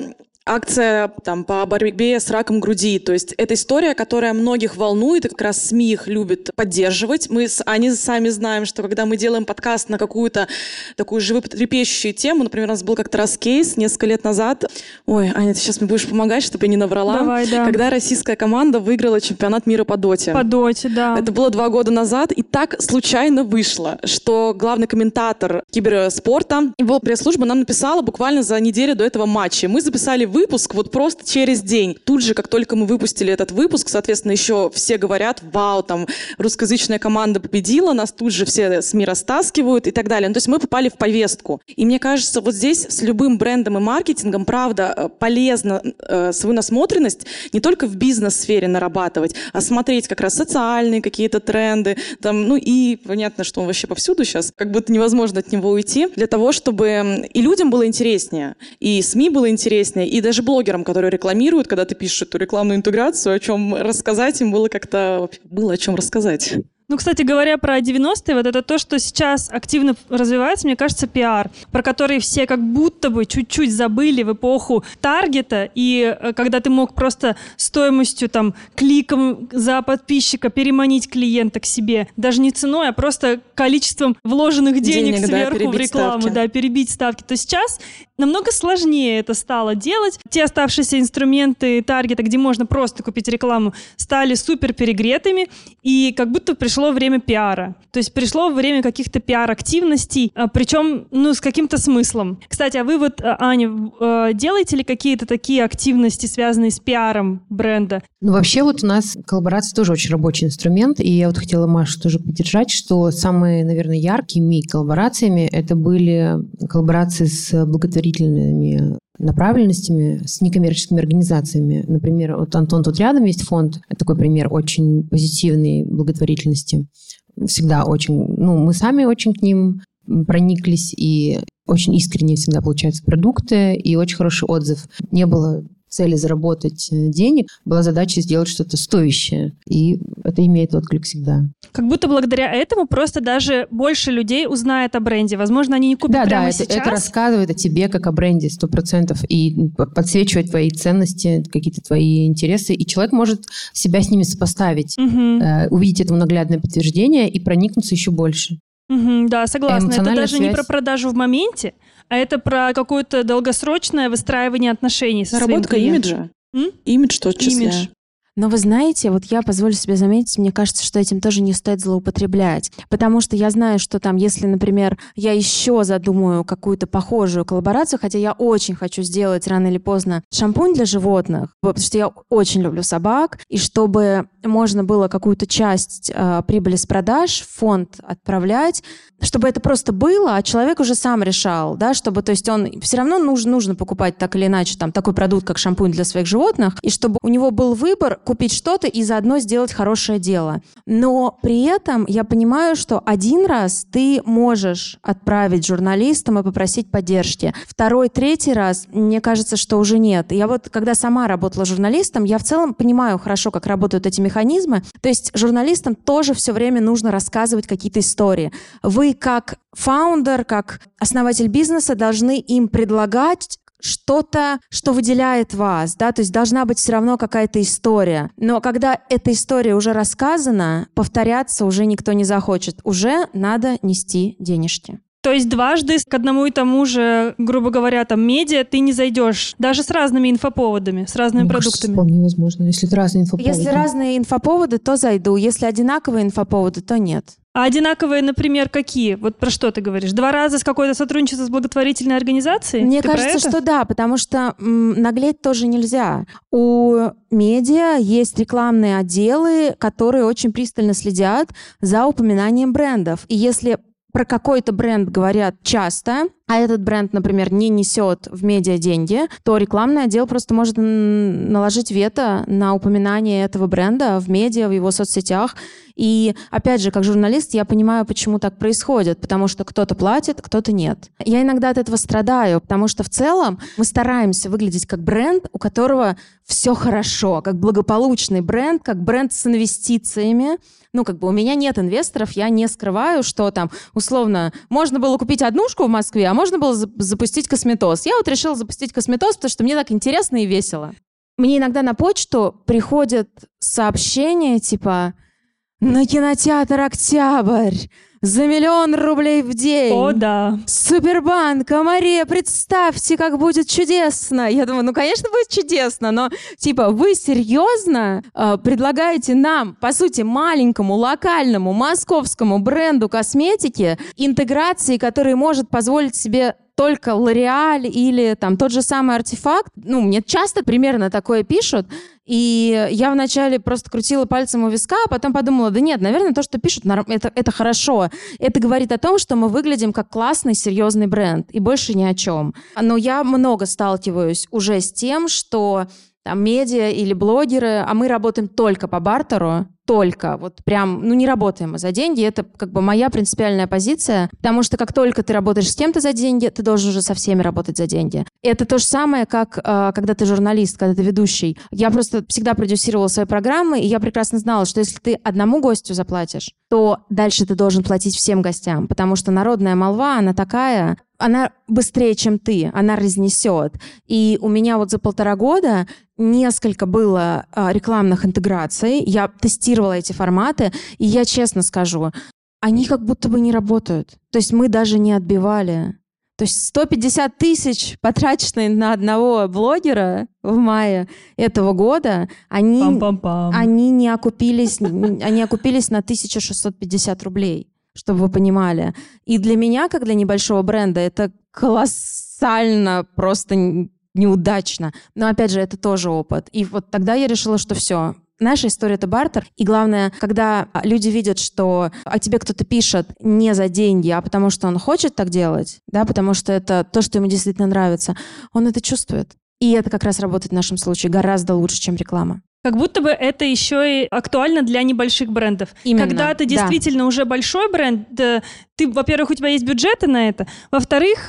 D: акция там, по борьбе с раком груди. То есть это история, которая многих волнует, и как раз СМИ их любят поддерживать. Мы с Аней сами знаем, что когда мы делаем подкаст на какую-то такую животрепещущую тему, например, у нас был как-то раз кейс несколько лет назад. Ой, Аня, ты сейчас мне будешь помогать, чтобы я не наврала.
C: Давай, да.
D: Когда российская команда выиграла чемпионат мира по доте.
C: По доте, да.
D: Это было 2 года назад, и так случайно вышло, что главный комментатор киберспорта, его пресс-служба нам написала буквально за неделю до этого матча. Мы записали выпуск вот просто через день. Тут же, как только мы выпустили этот выпуск, соответственно, еще все говорят: вау, там русскоязычная команда победила, нас тут же все СМИ растаскивают и так далее. Ну, то есть мы попали в повестку. И мне кажется, вот здесь с любым брендом и маркетингом, правда, полезно свою насмотренность не только в бизнес-сфере нарабатывать, а смотреть как раз социальные какие-то тренды, там, ну и понятно, что он вообще повсюду сейчас, как будто невозможно от него уйти, для того, чтобы и людям было интереснее, и СМИ было интереснее, и даже блогерам, которые рекламируют, когда ты пишешь эту рекламную интеграцию, о чем рассказать им было как-то... Было о чем рассказать.
C: Ну, кстати говоря, про 90-е, вот это то, что сейчас активно развивается, мне кажется, пиар, про который все как будто бы чуть-чуть забыли в эпоху таргета, и когда ты мог просто стоимостью, там, кликом за подписчика переманить клиента к себе, даже не ценой, а просто количеством вложенных денег сверху, да, в рекламу, ставки. Да, перебить ставки, то сейчас намного сложнее это стало делать. Те оставшиеся инструменты таргета, где можно просто купить рекламу, стали супер перегретыми, и как будто пришло время пиара. То есть пришло время каких-то пиар-активностей, причем, ну, с каким-то смыслом. Кстати, а вы вот, Аня, делаете ли какие-то такие активности, связанные с пиаром бренда?
B: Ну, вообще вот у нас коллаборация тоже очень рабочий инструмент, и я вот хотела Машу тоже поддержать, что самые, наверное, яркими коллаборациями это были коллаборации с благотворительными направленностями, с некоммерческими организациями. Например, вот Антон тут рядом есть фонд, это такой пример очень позитивной благотворительности. Всегда очень, ну, мы сами очень к ним прониклись, и очень искренне всегда получаются продукты, и очень хороший отзыв. Не было цели заработать денег, была задача сделать что-то стоящее. И это имеет отклик всегда.
C: Как будто благодаря этому просто даже больше людей узнает о бренде. Возможно, они не купят прямо сейчас.
B: Да, это рассказывает о тебе как о бренде 100%. И подсвечивает твои ценности, какие-то твои интересы. И человек может себя с ними сопоставить, увидеть этому наглядное подтверждение и проникнуться еще больше.
C: Да, согласна. Это даже не про продажу в моменте, а это про какое-то долгосрочное выстраивание отношений со своим клиентом.
D: Имиджа. Имидж в том числе. Имидж.
A: Но вы знаете, вот я позволю себе заметить, мне кажется, что этим тоже не стоит злоупотреблять. Потому что я знаю, что там, если, например, я еще задумаю какую-то похожую коллаборацию, хотя я очень хочу сделать рано или поздно шампунь для животных, потому что я очень люблю собак, и чтобы можно было какую-то часть прибыли с продаж в фонд отправлять, чтобы это просто было, а человек уже сам решал, да, чтобы, то есть он все равно нужно покупать так или иначе там такой продукт, как шампунь для своих животных, и чтобы у него был выбор купить что-то и заодно сделать хорошее дело. Но при этом я понимаю, что один раз ты можешь отправить журналистам и попросить поддержки. Второй, третий раз, мне кажется, что уже нет. Я вот, когда сама работала журналистом, я в целом понимаю хорошо, как работают эти механизмы. То есть журналистам тоже все время нужно рассказывать какие-то истории. Вы как фаундер, как основатель бизнеса должны им предлагать что-то, что выделяет вас, да, то есть должна быть все равно какая-то история. Но когда эта история уже рассказана, повторяться уже никто не захочет. Уже надо нести денежки.
C: То есть дважды к одному и тому же, грубо говоря, там, медиа ты не зайдешь, даже с разными инфоповодами, с разными продуктами.
B: Вполне возможно, если это разные инфоповоды.
A: Если разные инфоповоды, то зайду. Если одинаковые инфоповоды, то нет.
C: А одинаковые, например, какие? Вот про что ты говоришь? 2 раза с какой-то сотрудничеством с благотворительной организацией?
A: Мне
C: Ты
A: кажется, что да, потому что наглеть тоже нельзя. У медиа есть рекламные отделы, которые очень пристально следят за упоминанием брендов. И если про какой-то бренд говорят часто, а этот бренд, например, не несет в медиа деньги, то рекламный отдел просто может наложить вето на упоминание этого бренда в медиа, в его соцсетях. И, опять же, как журналист, я понимаю, почему так происходит, потому что кто-то платит, кто-то нет. Я иногда от этого страдаю, потому что в целом мы стараемся выглядеть как бренд, у которого все хорошо, как благополучный бренд, как бренд с инвестициями. Ну, как бы у меня нет инвесторов, я не скрываю, что там, условно, можно было купить однушку в Москве, а можно было запустить косметоз. Я вот решила запустить косметоз, потому что мне так интересно и весело. Мне иногда на почту приходят сообщения типа «На кинотеатр «Октябрь» за 1 000 000 рублей в день».
C: О, да.
A: Супербанк, Мария, представьте, как будет чудесно. Я думаю, ну, конечно, будет чудесно, но, типа, вы серьезно предлагаете нам, по сути, маленькому, локальному, московскому бренду косметики интеграции, который может позволить себе только L'Oréal или там тот же самый Артефакт. Ну, мне часто примерно такое пишут, и я вначале просто крутила пальцем у виска, а потом подумала, да нет, наверное, то, что пишут, это хорошо. Это говорит о том, что мы выглядим как классный, серьезный бренд, и больше ни о чем. Но я много сталкиваюсь уже с тем, что там медиа или блогеры, а мы работаем только по бартеру, только, вот прям, ну не работаем мы за деньги, это как бы моя принципиальная позиция, потому что как только ты работаешь с кем-то за деньги, ты должен уже со всеми работать за деньги. Это то же самое, как когда ты журналист, когда ты ведущий. Я просто всегда продюсировала свои программы, и я прекрасно знала, что если ты одному гостю заплатишь, то дальше ты должен платить всем гостям, потому что народная молва, она такая, она быстрее, чем ты, она разнесет. И у меня вот за 1,5 года несколько было рекламных интеграций, я тестировала эти форматы, и я честно скажу, они как будто бы не работают. То есть мы даже не отбивали. То есть 150 000, потраченные на одного блогера в мае этого года, они не окупились, они окупились на 1650 рублей, чтобы вы понимали. И для меня, как для небольшого бренда, это колоссально просто неудачно. Но, опять же, это тоже опыт. И вот тогда я решила, что все. Наша история — это бартер. И главное, когда люди видят, что о тебе кто-то пишет не за деньги, а потому что он хочет так делать, да, потому что это то, что ему действительно нравится, он это чувствует. И это как раз работает в нашем случае гораздо лучше, чем реклама.
C: Как будто бы это еще и актуально для небольших брендов.
A: Именно,
C: когда ты действительно уже большой бренд, ты, во-первых, у тебя есть бюджеты на это, во-вторых,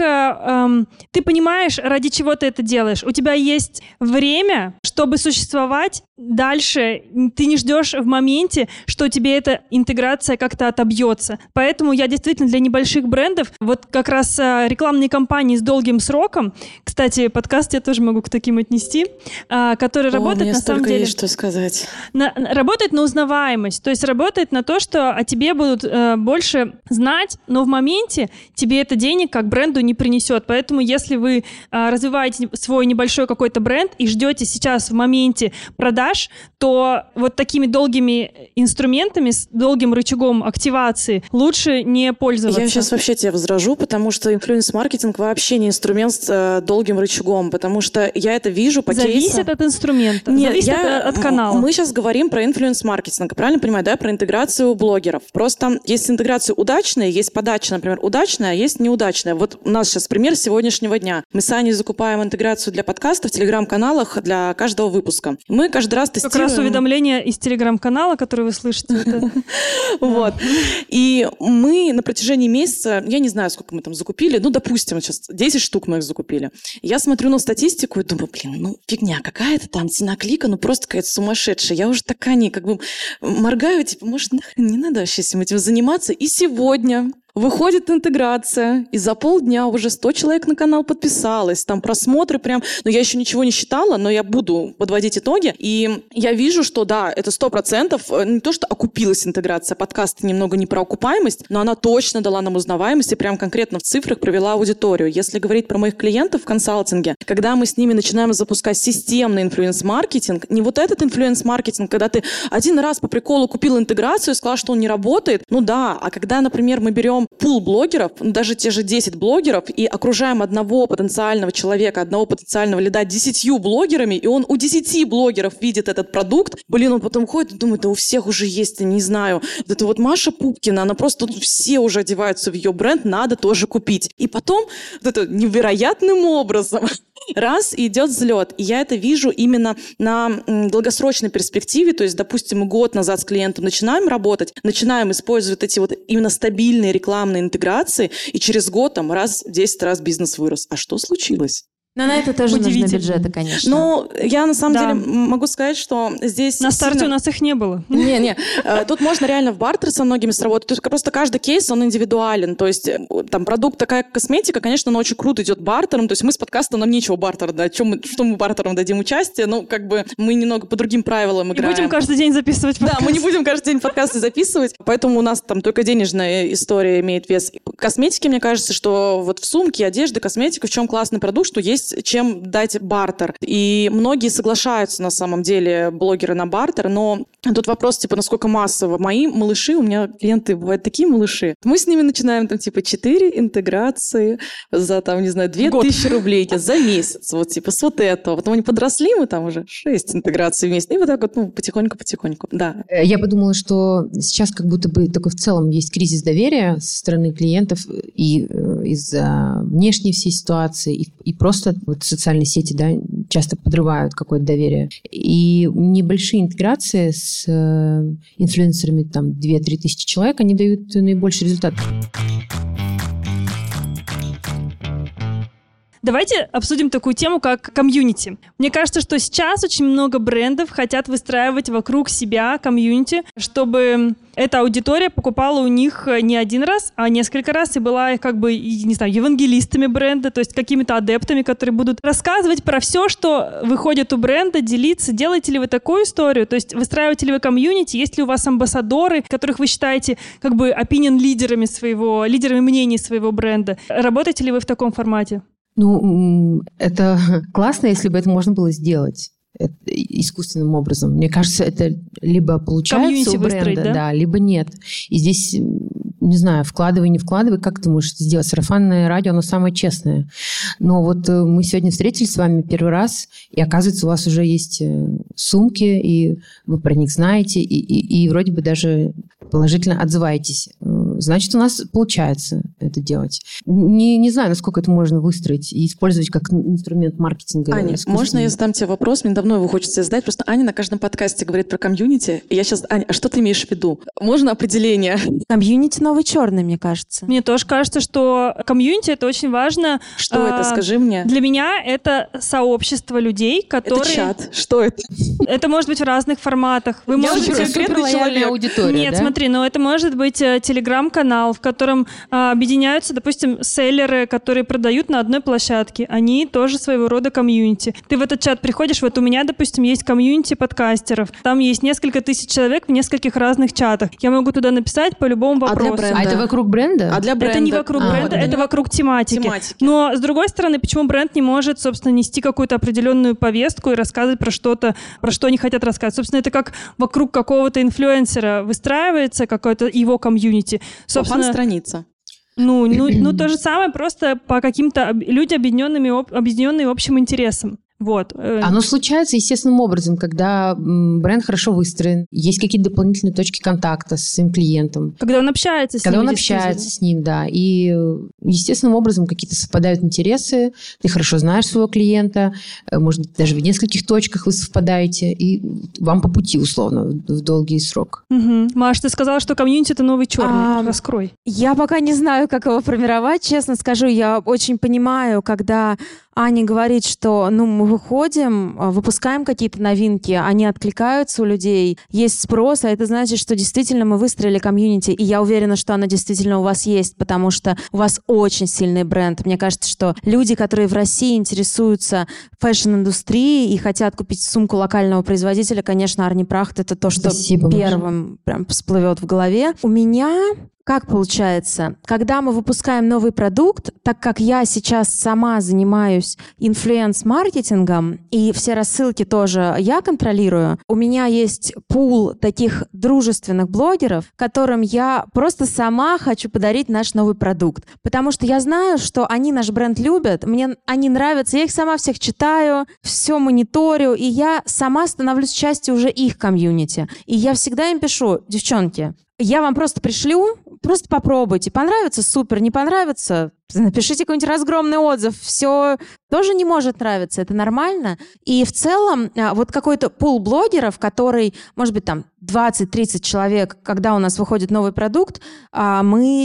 C: ты понимаешь, ради чего ты это делаешь. У тебя есть время, чтобы существовать дальше. Ты не ждешь в моменте, что тебе эта интеграция как-то отобьется. Поэтому я действительно для небольших брендов, вот как раз рекламные кампании с долгим сроком, кстати, подкаст я тоже могу к таким отнести, который работает на самом деле...
D: Есть что сказать.
C: Работает на узнаваемость, то есть работает на то, что о тебе будут больше знать, но в моменте тебе это денег как бренду не принесет. Поэтому если вы развиваете свой небольшой какой-то бренд и ждете сейчас в моменте продаж, то вот такими долгими инструментами, с долгим рычагом активации лучше не пользоваться.
D: Я сейчас вообще тебя возражу, потому что инфлюенс-маркетинг вообще не инструмент с долгим рычагом, потому что я это вижу по кейсам.
C: Зависит от инструмента, зависит от канала.
D: Мы сейчас говорим про инфлюенс-маркетинг, правильно понимаю, да, про интеграцию блогеров. Просто есть интеграция удачная, есть подача, например, удачная, а есть неудачная. Вот у нас сейчас пример сегодняшнего дня. Мы с Аней закупаем интеграцию для подкаста в телеграм-каналах для каждого выпуска. Мы каждый раз тестируем...
C: Как раз уведомление из телеграм-канала, который вы слышите.
D: Вот. И мы на протяжении месяца, я не знаю, сколько мы там закупили, ну, допустим, сейчас 10 штук мы их закупили. Я смотрю на статистику и думаю, ну, фигня какая-то там, цена клика, ну, просто какая-то сумасшедшая. Я уже такая, как бы моргаю, типа, может, нахрен не надо вообще всем этим заниматься. И сегодня Выходит интеграция, и за полдня уже 100 человек на канал подписалось, там просмотры прям... Но я еще ничего не считала, но я буду подводить итоги. И я вижу, что да, это 100%, не то, что окупилась интеграция подкаста, немного не про окупаемость, но она точно дала нам узнаваемость и прям конкретно в цифрах провела аудиторию. Если говорить про моих клиентов в консалтинге, когда мы с ними начинаем запускать системный инфлюенс-маркетинг, не вот этот инфлюенс-маркетинг, когда ты один раз по приколу купил интеграцию и сказал, что он не работает, ну да, а когда, например, мы берем пул блогеров, даже те же 10 блогеров, и окружаем одного потенциального человека, одного потенциального лида 10 блогерами, и он у 10 блогеров видит этот продукт, он потом ходит и думает, да у всех уже есть, я не знаю, вот это вот Маша Пупкина, она просто все уже одеваются в ее бренд, надо тоже купить. И потом вот это невероятным образом раз, и идет взлет. И я это вижу именно на долгосрочной перспективе, то есть, допустим, мы год назад с клиентом начинаем работать, начинаем использовать эти вот именно стабильные рекламные интеграции, и через год там 10 раз бизнес вырос. А что случилось?
A: Но на это тоже нужны бюджеты, конечно.
D: Ну, я на самом деле могу сказать, что здесь...
C: На старте у нас их не было.
D: Не, тут можно реально в бартер со многими сработать. То есть просто каждый кейс, он индивидуален. То есть там продукт, такая косметика, конечно, она очень круто идет бартером. То есть мы с подкастом, нам нечего бартера дать. Что мы бартером дадим участие? Ну, как бы мы немного по другим правилам играем.
C: Не будем каждый день записывать подкаст.
D: Да, мы не будем каждый день подкасты записывать. Поэтому у нас там только денежная история имеет вес. Косметики, мне кажется, что вот в сумке, одежда, косметика, в чем классный продукт, что есть чем дать бартер. И многие соглашаются, на самом деле, блогеры на бартер, но тут вопрос, типа, насколько массово. Мои малыши, у меня клиенты бывают такие малыши, мы с ними начинаем, там, типа, 4 интеграции за, там, не знаю, 2000 рублей за месяц, вот, типа, с вот этого. Потом они подросли, мы там уже 6 интеграций в месяц. И вот так вот, ну, потихоньку, да.
B: Я подумала, что сейчас как будто бы такой в целом есть кризис доверия со стороны клиентов и из-за внешней всей ситуации, и просто вот социальные сети, да, часто подрывают какое-то доверие. И небольшие интеграции с инфлюенсерами, там, 2-3 тысячи человек, они дают наибольший результат.
C: Давайте обсудим такую тему, как комьюнити. Мне кажется, что сейчас очень много брендов хотят выстраивать вокруг себя комьюнити, чтобы эта аудитория покупала у них не один раз, а несколько раз и была как бы, не знаю, евангелистами бренда, то есть какими-то адептами, которые будут рассказывать про все, что выходит у бренда, делиться. Делаете ли вы такую историю? То есть выстраиваете ли вы комьюнити? Есть ли у вас амбассадоры, которых вы считаете как бы opinion-лидерами мнений своего бренда? Работаете ли вы в таком формате?
B: Ну, это классно, если бы это можно было сделать искусственным образом. Мне кажется, это либо получается у бренда, да, либо нет. И здесь, не знаю, вкладывай, не вкладывай, как ты можешь это сделать? Сарафанное радио, оно самое честное. Но вот мы сегодня встретились с вами первый раз, и оказывается, у вас уже есть сумки, и вы про них знаете, и вроде бы даже положительно отзываетесь. Значит, у нас получается это делать. Не знаю, насколько это можно выстроить и использовать как инструмент маркетинга.
D: Аня, можно я задам тебе вопрос? Мне давно его хочется задать. Просто Аня на каждом подкасте говорит про комьюнити. И я сейчас... Аня, а что ты имеешь в виду? Можно определение?
A: Комьюнити новый черный, мне кажется.
C: Мне тоже кажется, что комьюнити — это очень важно.
D: Что это? Скажи мне.
C: Для меня это сообщество людей, которые...
D: Это чат. Что это?
C: Это может быть в разных форматах. Вы можете...
B: конкретный человек. Аудитория,
C: нет,
B: да?
C: Смотри, но это может быть телеграм-канал, в котором объединяются, допустим, селлеры, которые продают на одной площадке. Они тоже своего рода комьюнити. Ты в этот чат приходишь, вот у меня, допустим, есть комьюнити подкастеров. Там есть несколько тысяч человек в нескольких разных чатах. Я могу туда написать по любому вопросу.
B: А это вокруг бренда?
D: А для бренда?
C: Это не вокруг бренда, это вокруг тематики. Но, с другой стороны, почему бренд не может, собственно, нести какую-то определенную повестку и рассказывать про что-то, про что они хотят рассказать? Собственно, это как вокруг какого-то инфлюенсера выстраивается какое-то его комьюнити. Собственно,
D: фан-страница.
C: Ну, то же самое, просто по каким-то людям, объединенные общим интересам. Вот.
B: Оно случается естественным образом, когда бренд хорошо выстроен, есть какие-то дополнительные точки контакта с своим клиентом.
C: Когда он общается с ним.
B: Когда он общается с ним, да. И естественным образом какие-то совпадают интересы, ты хорошо знаешь своего клиента, может быть, даже в нескольких точках вы совпадаете, и вам по пути, условно, в долгий срок.
C: Угу. Маш, ты сказала, что комьюнити — это новый черный. Раскрой.
A: Я пока не знаю, как его формировать. Честно скажу, я очень понимаю, когда Аня говорит, что мы выходим, выпускаем какие-то новинки, они откликаются у людей, есть спрос, а это значит, что действительно мы выстроили комьюнити, и я уверена, что оно действительно у вас есть, потому что у вас очень сильный бренд. Мне кажется, что люди, которые в России интересуются фэшн-индустрией и хотят купить сумку локального производителя, конечно, Арни Прахт — это то, что первым прям всплывет в голове. У меня... Как получается, когда мы выпускаем новый продукт, так как я сейчас сама занимаюсь инфлюенс-маркетингом, и все рассылки тоже я контролирую, у меня есть пул таких дружественных блогеров, которым я просто сама хочу подарить наш новый продукт. Потому что я знаю, что они наш бренд любят, мне они нравятся, я их сама всех читаю, все мониторю, и я сама становлюсь частью уже их комьюнити. И я всегда им пишу: девчонки, я вам просто пришлю, просто попробуйте. Понравится — супер, не понравится — напишите какой-нибудь разгромный отзыв. Все тоже не может нравиться, это нормально. И в целом вот какой-то пул блогеров, который, может быть, там 20-30 человек, когда у нас выходит новый продукт, мы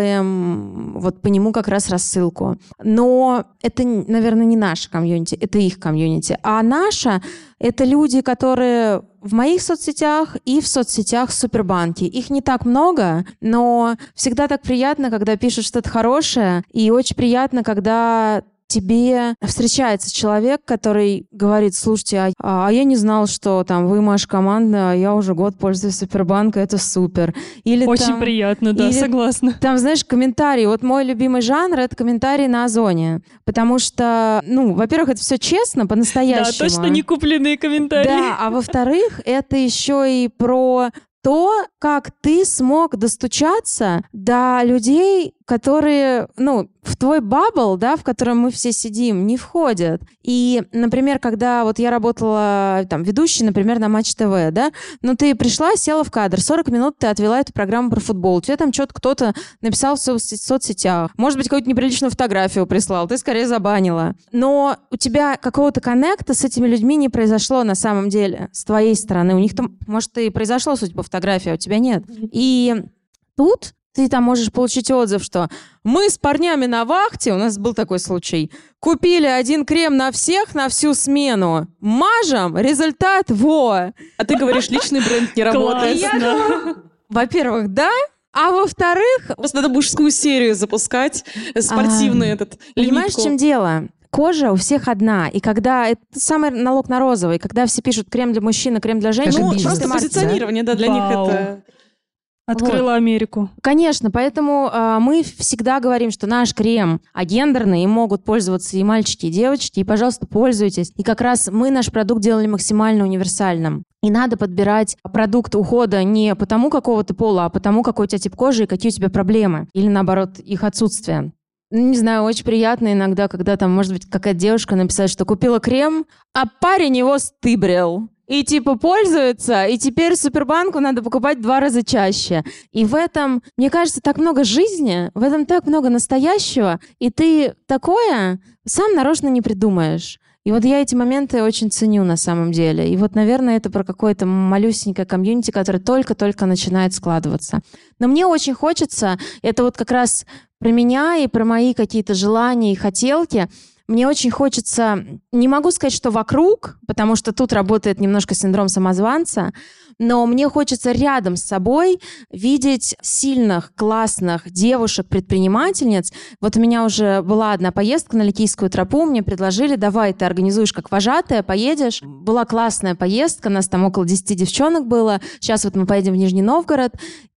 A: делаем вот по нему как раз рассылку. Но это, наверное, не наша комьюнити, это их комьюнити. А наша — это люди, которые в моих соцсетях и в соцсетях Супербанки. Их не так много, но всегда так приятно, когда пишут что-то хорошее, и очень приятно, когда тебе встречается человек, который говорит: слушайте, а я не знал, что там вы Маша команда, я уже год пользуюсь Супербанком, это супер. Или
C: очень
A: там,
C: приятно, да, согласна.
A: Там, знаешь, комментарии. Вот мой любимый жанр — это комментарии на Озоне. Потому что, во-первых, это все честно, по-настоящему.
C: Да, точно не купленные комментарии.
A: Да, а во-вторых, это еще и про то, как ты смог достучаться до людей, которые, в твой бабл, да, в котором мы все сидим, не входят. И, например, когда вот я работала там ведущей, например, на Матч ТВ, да, ты пришла, села в кадр, 40 минут ты отвела эту программу про футбол, тебе там что-то кто-то написал в соцсетях, может быть, какую-то неприличную фотографию прислал, ты скорее забанила. Но у тебя какого-то коннекта с этими людьми не произошло на самом деле, с твоей стороны. У них там, может, и произошло, судя по фотографии, а у тебя нет. И тут ты там можешь получить отзыв, что мы с парнями на вахте, у нас был такой случай, купили один крем на всех, на всю смену, мажем, результат во.
D: А ты говоришь, личный бренд не работает.
A: Во-первых, да. А во-вторых...
D: Просто надо мужскую серию запускать, спортивный лимитку.
A: Понимаешь, в чем дело? Кожа у всех одна. И когда... Это самый налог на розовый. Когда все пишут крем для мужчин и крем для женщин...
D: Просто позиционирование, да, для них это...
C: Открыла Америку.
A: Конечно, поэтому мы всегда говорим, что наш крем агендерный, им могут пользоваться и мальчики, и девочки, и, пожалуйста, пользуйтесь. И как раз мы наш продукт делали максимально универсальным. И надо подбирать продукт ухода не потому какого-то пола, а потому какой у тебя тип кожи и какие у тебя проблемы. Или, наоборот, их отсутствие. Не знаю, очень приятно иногда, когда там, может быть, какая-то девушка написала, что купила крем, а парень его стыбрил. И пользуется, и теперь Супербанку надо покупать 2 раза чаще. И в этом, мне кажется, так много жизни, в этом так много настоящего, и ты такое сам нарочно не придумаешь. И вот я эти моменты очень ценю на самом деле. И вот, наверное, это про какое-то малюсенькое комьюнити, которое только-только начинает складываться. Но мне очень хочется, это вот как раз про меня и про мои какие-то желания и хотелки. Мне очень хочется, не могу сказать, что вокруг, потому что тут работает немножко синдром самозванца, но мне хочется рядом с собой видеть сильных, классных девушек-предпринимательниц. Вот у меня уже была одна поездка на Ликийскую тропу, мне предложили: давай, ты организуешь как вожатая, поедешь. Была классная поездка, нас там около 10 девчонок было. Сейчас вот мы поедем в Нижний Новгород.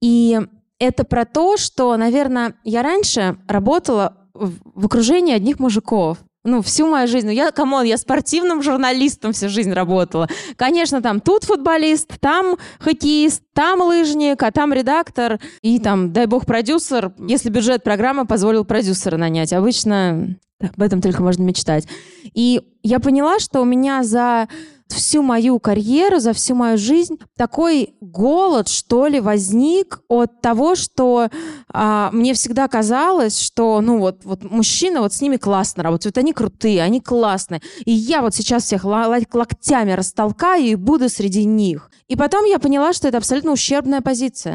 A: И это про то, что, наверное, я раньше работала в окружении одних мужиков. Всю мою жизнь. Я спортивным журналистом всю жизнь работала. Конечно, там тут футболист, там хоккеист, там лыжник, а там редактор. И там, дай бог, продюсер, если бюджет программы позволил продюсера нанять. Обычно об этом только можно мечтать. И я поняла, что у меня за всю мою карьеру, за всю мою жизнь такой голод, что ли, возник от того, что мне всегда казалось, что, мужчины, с ними классно работают, они крутые, они классные. И я вот сейчас всех локтями растолкаю и буду среди них. И потом я поняла, что это абсолютно ущербная позиция.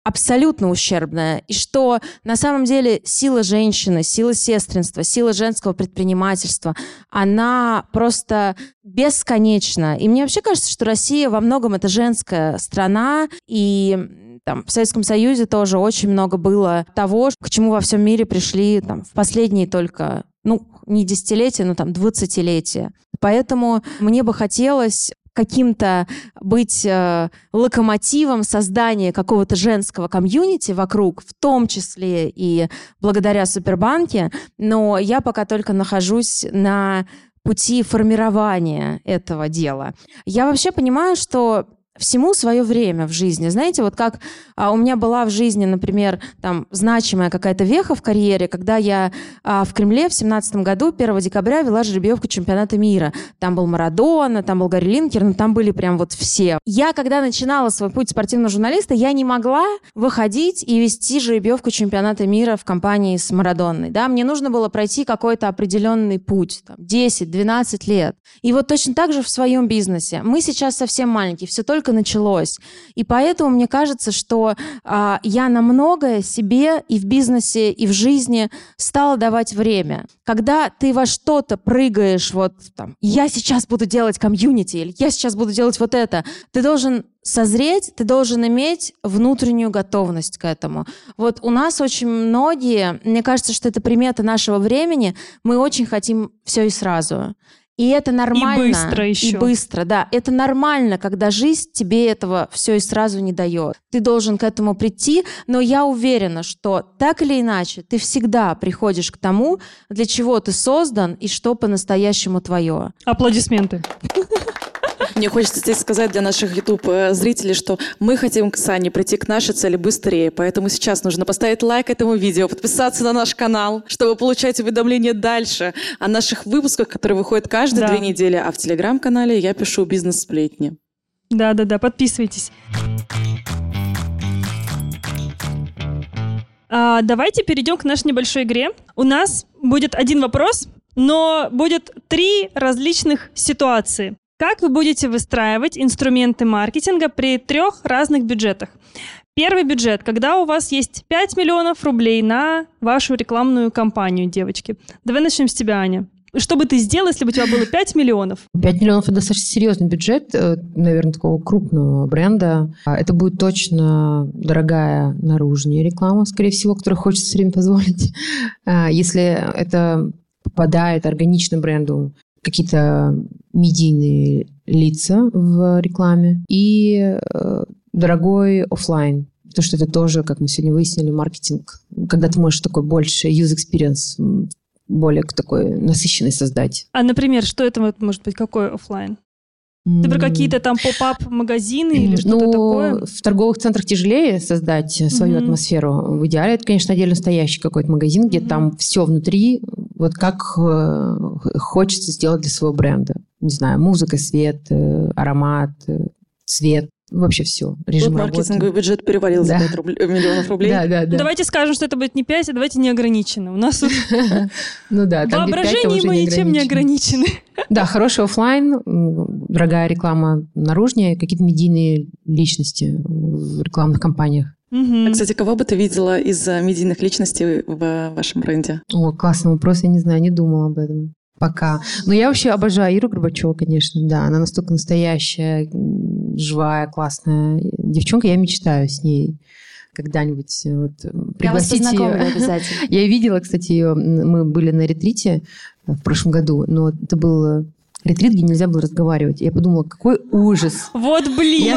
A: абсолютно ущербная, и что на самом деле сила женщины, сила сестринства, сила женского предпринимательства, она просто бесконечна. И мне вообще кажется, что Россия во многом это женская страна, и там, в Советском Союзе тоже очень много было того, к чему во всем мире пришли там, в последние только, не десятилетия, но там 20-летия. Поэтому мне бы хотелось каким-то быть локомотивом создания какого-то женского комьюнити вокруг, в том числе и благодаря Супербанке, но я пока только нахожусь на пути формирования этого дела. Я вообще понимаю, что всему свое время в жизни. Знаете, вот как у меня была в жизни, например, там значимая какая-то веха в карьере, когда я в Кремле в 2017 году 1 декабря вела жеребьевку чемпионата мира. Там был Марадона, там был Гарри Линкер, там были прям вот все. Я, когда начинала свой путь спортивного журналиста, я не могла выходить и вести жеребьевку чемпионата мира в компании с Марадонной. Да? Мне нужно было пройти какой-то определенный путь, там, 10-12 лет. И вот точно так же в своем бизнесе. Мы сейчас совсем маленькие, все только началось. И поэтому мне кажется, что я на многое себе и в бизнесе, и в жизни стала давать время. Когда ты во что-то прыгаешь, вот там, я сейчас буду делать комьюнити, или я сейчас буду делать вот это, ты должен созреть, ты должен иметь внутреннюю готовность к этому. Вот у нас очень многие, мне кажется, что это примета нашего времени, мы очень хотим все и сразу. И это нормально.
C: И быстро еще.
A: И быстро, да. Это нормально, когда жизнь тебе этого все и сразу не дает. Ты должен к этому прийти, но я уверена, что так или иначе ты всегда приходишь к тому, для чего ты создан и что по-настоящему твое.
C: Аплодисменты.
D: Мне хочется здесь сказать для наших YouTube-зрителей, что мы хотим к Сане прийти к нашей цели быстрее, поэтому сейчас нужно поставить лайк этому видео, подписаться на наш канал, чтобы получать уведомления дальше о наших выпусках, которые выходят каждые 2 недели, а в Телеграм-канале я пишу бизнес-сплетни.
C: Да, подписывайтесь. Давайте перейдем к нашей небольшой игре. У нас будет один вопрос, но будет 3 различных ситуации. Как вы будете выстраивать инструменты маркетинга при 3 разных бюджетах? Первый бюджет, когда у вас есть 5 миллионов рублей на вашу рекламную кампанию, девочки. Давай начнем с тебя, Аня. Что бы ты сделала, если бы у тебя было 5 миллионов?
B: 5 миллионов – это достаточно серьезный бюджет, наверное, такого крупного бренда. Это будет точно дорогая наружная реклама, скорее всего, которую хочется все время позволить. Если это попадает органично бренду, какие-то медийные лица в рекламе и дорогой офлайн. Потому что это тоже, как мы сегодня выяснили, маркетинг, когда ты можешь такой больше user experience, более такой насыщенный создать.
C: А, например, что это может быть? Какой офлайн? Ты про какие-то там поп-ап-магазины или что-то такое?
B: В торговых центрах тяжелее создать свою атмосферу. В идеале это, конечно, отдельно стоящий какой-то магазин, где там все внутри, вот как хочется сделать для своего бренда. Не знаю, музыка, свет, аромат, цвет. Вообще все. Режим
D: Тут маркетинговый бюджет перевалил за 5 миллионов рублей.
B: Да.
C: Давайте скажем, что это будет не 5, а давайте неограниченно. У нас
B: воображение
C: мы ничем не ограничены.
B: Да, хороший офлайн, дорогая реклама наружная, какие-то медийные личности в рекламных кампаниях.
D: А, кстати, кого бы ты видела из медийных личностей в вашем бренде?
B: О, классный вопрос, я не знаю, не думала об этом. Пока. Но я вообще обожаю Иру Горбачеву, конечно, да. Она настолько настоящая, живая, классная девчонка. Я мечтаю с ней когда-нибудь пригласить ее.
A: Обязательно.
B: Я видела, кстати, ее. Мы были на ретрите в прошлом году, но это был ретрит, где нельзя было разговаривать. Я подумала, какой ужас.
C: Вот блин,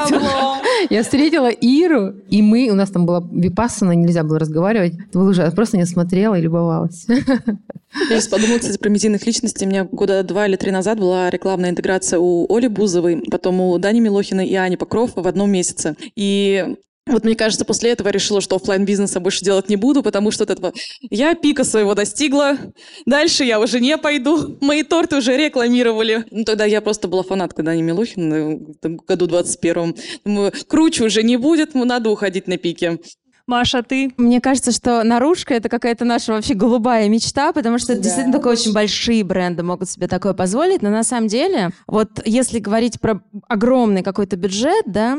B: Я встретила Иру, и у нас там была випассана, нельзя было разговаривать. Это было ужасно. Я просто не смотрела и любовалась.
D: Я сейчас подумала, кстати, про медийных личностей. У меня года 2 или 3 назад была рекламная интеграция у Оли Бузовой, потом у Дани Милохиной и Ани Покров в одном месяце. И вот мне кажется, после этого я решила, что офлайн-бизнеса больше делать не буду, потому что я пика своего достигла, дальше я уже не пойду, мои торты уже рекламировали. Тогда я просто была фанаткой Дани Милохиной в году 21-м. Думаю, круче уже не будет, надо уходить на пике.
C: Маша, ты?
A: Мне кажется, что наружка — это какая-то наша вообще голубая мечта, потому что это действительно только очень большие бренды могут себе такое позволить. Но на самом деле, вот если говорить про огромный какой-то бюджет, да,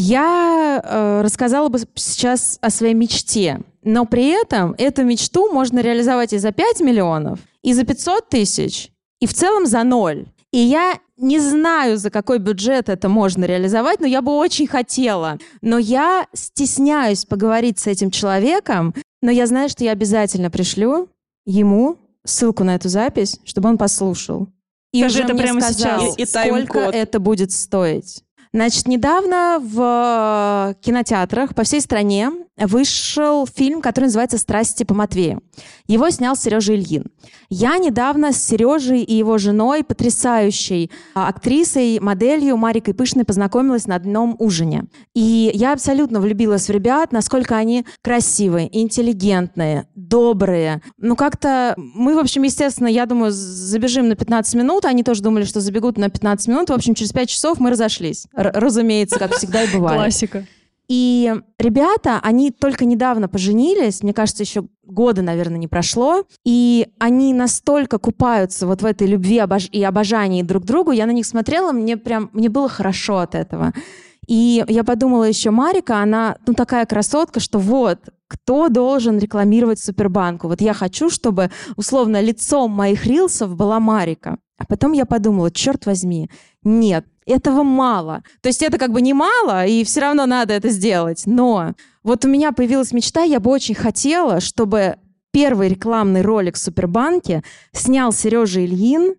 A: я рассказала бы сейчас о своей мечте. Но при этом эту мечту можно реализовать и за 5 миллионов, и за 500 тысяч, и в целом за 0. И я не знаю, за какой бюджет это можно реализовать, но я бы очень хотела. Но я стесняюсь поговорить с этим человеком, но я знаю, что я обязательно пришлю ему ссылку на эту запись, чтобы он послушал. И
C: Скажи
A: уже
C: это
A: мне
C: прямо
A: сказал,
C: сейчас.
D: И
A: сколько
D: тайм-код.
A: это будет стоить. Значит, недавно в кинотеатрах по всей стране вышел фильм, который называется «Страсти по Матвею». Его снял Сережа Ильин. Я недавно с Сережей и его женой, потрясающей актрисой, моделью Марикой Пышной, познакомилась на одном ужине. И я абсолютно влюбилась в ребят, насколько они красивые, интеллигентные, добрые. Ну, как-то мы, в общем, естественно, я думаю, забежим на 15 минут. Они тоже думали, что забегут на 15 минут. В общем, через 5 часов мы разошлись. Разумеется, как всегда и бывает.
C: Классика.
A: И ребята, они только недавно поженились, мне кажется, еще года, наверное, не прошло, и они настолько купаются вот в этой любви и обожании друг к другу, я на них смотрела, мне было хорошо от этого. И я подумала еще, Марика, она такая красотка, что вот, кто должен рекламировать Супербанку? Вот я хочу, чтобы, условно, лицом моих рилсов была Марика. А потом я подумала, черт возьми, нет, этого мало. То есть это как бы не мало, и все равно надо это сделать. Но вот у меня появилась мечта, я бы очень хотела, чтобы первый рекламный ролик в Супербанке снял Сережа Ильин,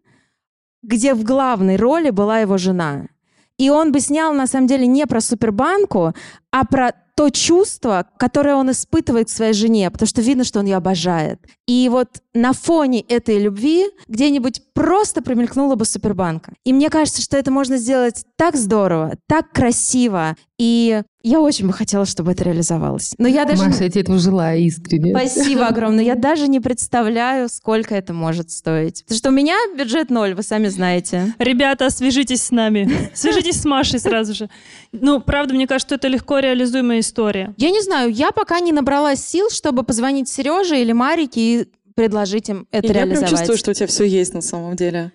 A: где в главной роли была его жена. И он бы снял, на самом деле, не про Супербанку, а про то чувство, которое он испытывает к своей жене, потому что видно, что он ее обожает. И вот на фоне этой любви где-нибудь просто промелькнула бы Супербанка. И мне кажется, что это можно сделать так здорово, так красиво. И я очень бы хотела, чтобы это реализовалось. Но я даже...
B: Маша, я тебе этого желаю искренне.
A: Спасибо огромное. Я даже не представляю, сколько это может стоить. Потому что у меня бюджет 0, вы сами знаете.
C: Ребята, свяжитесь с нами. Свяжитесь с Машей сразу же. Ну, правда, мне кажется, что это легко реализуемая история.
A: Я не знаю, я пока не набралась сил, чтобы позвонить Сереже или Марике и предложить им это
D: Я
A: реализовать.
D: прям чувствую, что у тебя все есть на самом деле.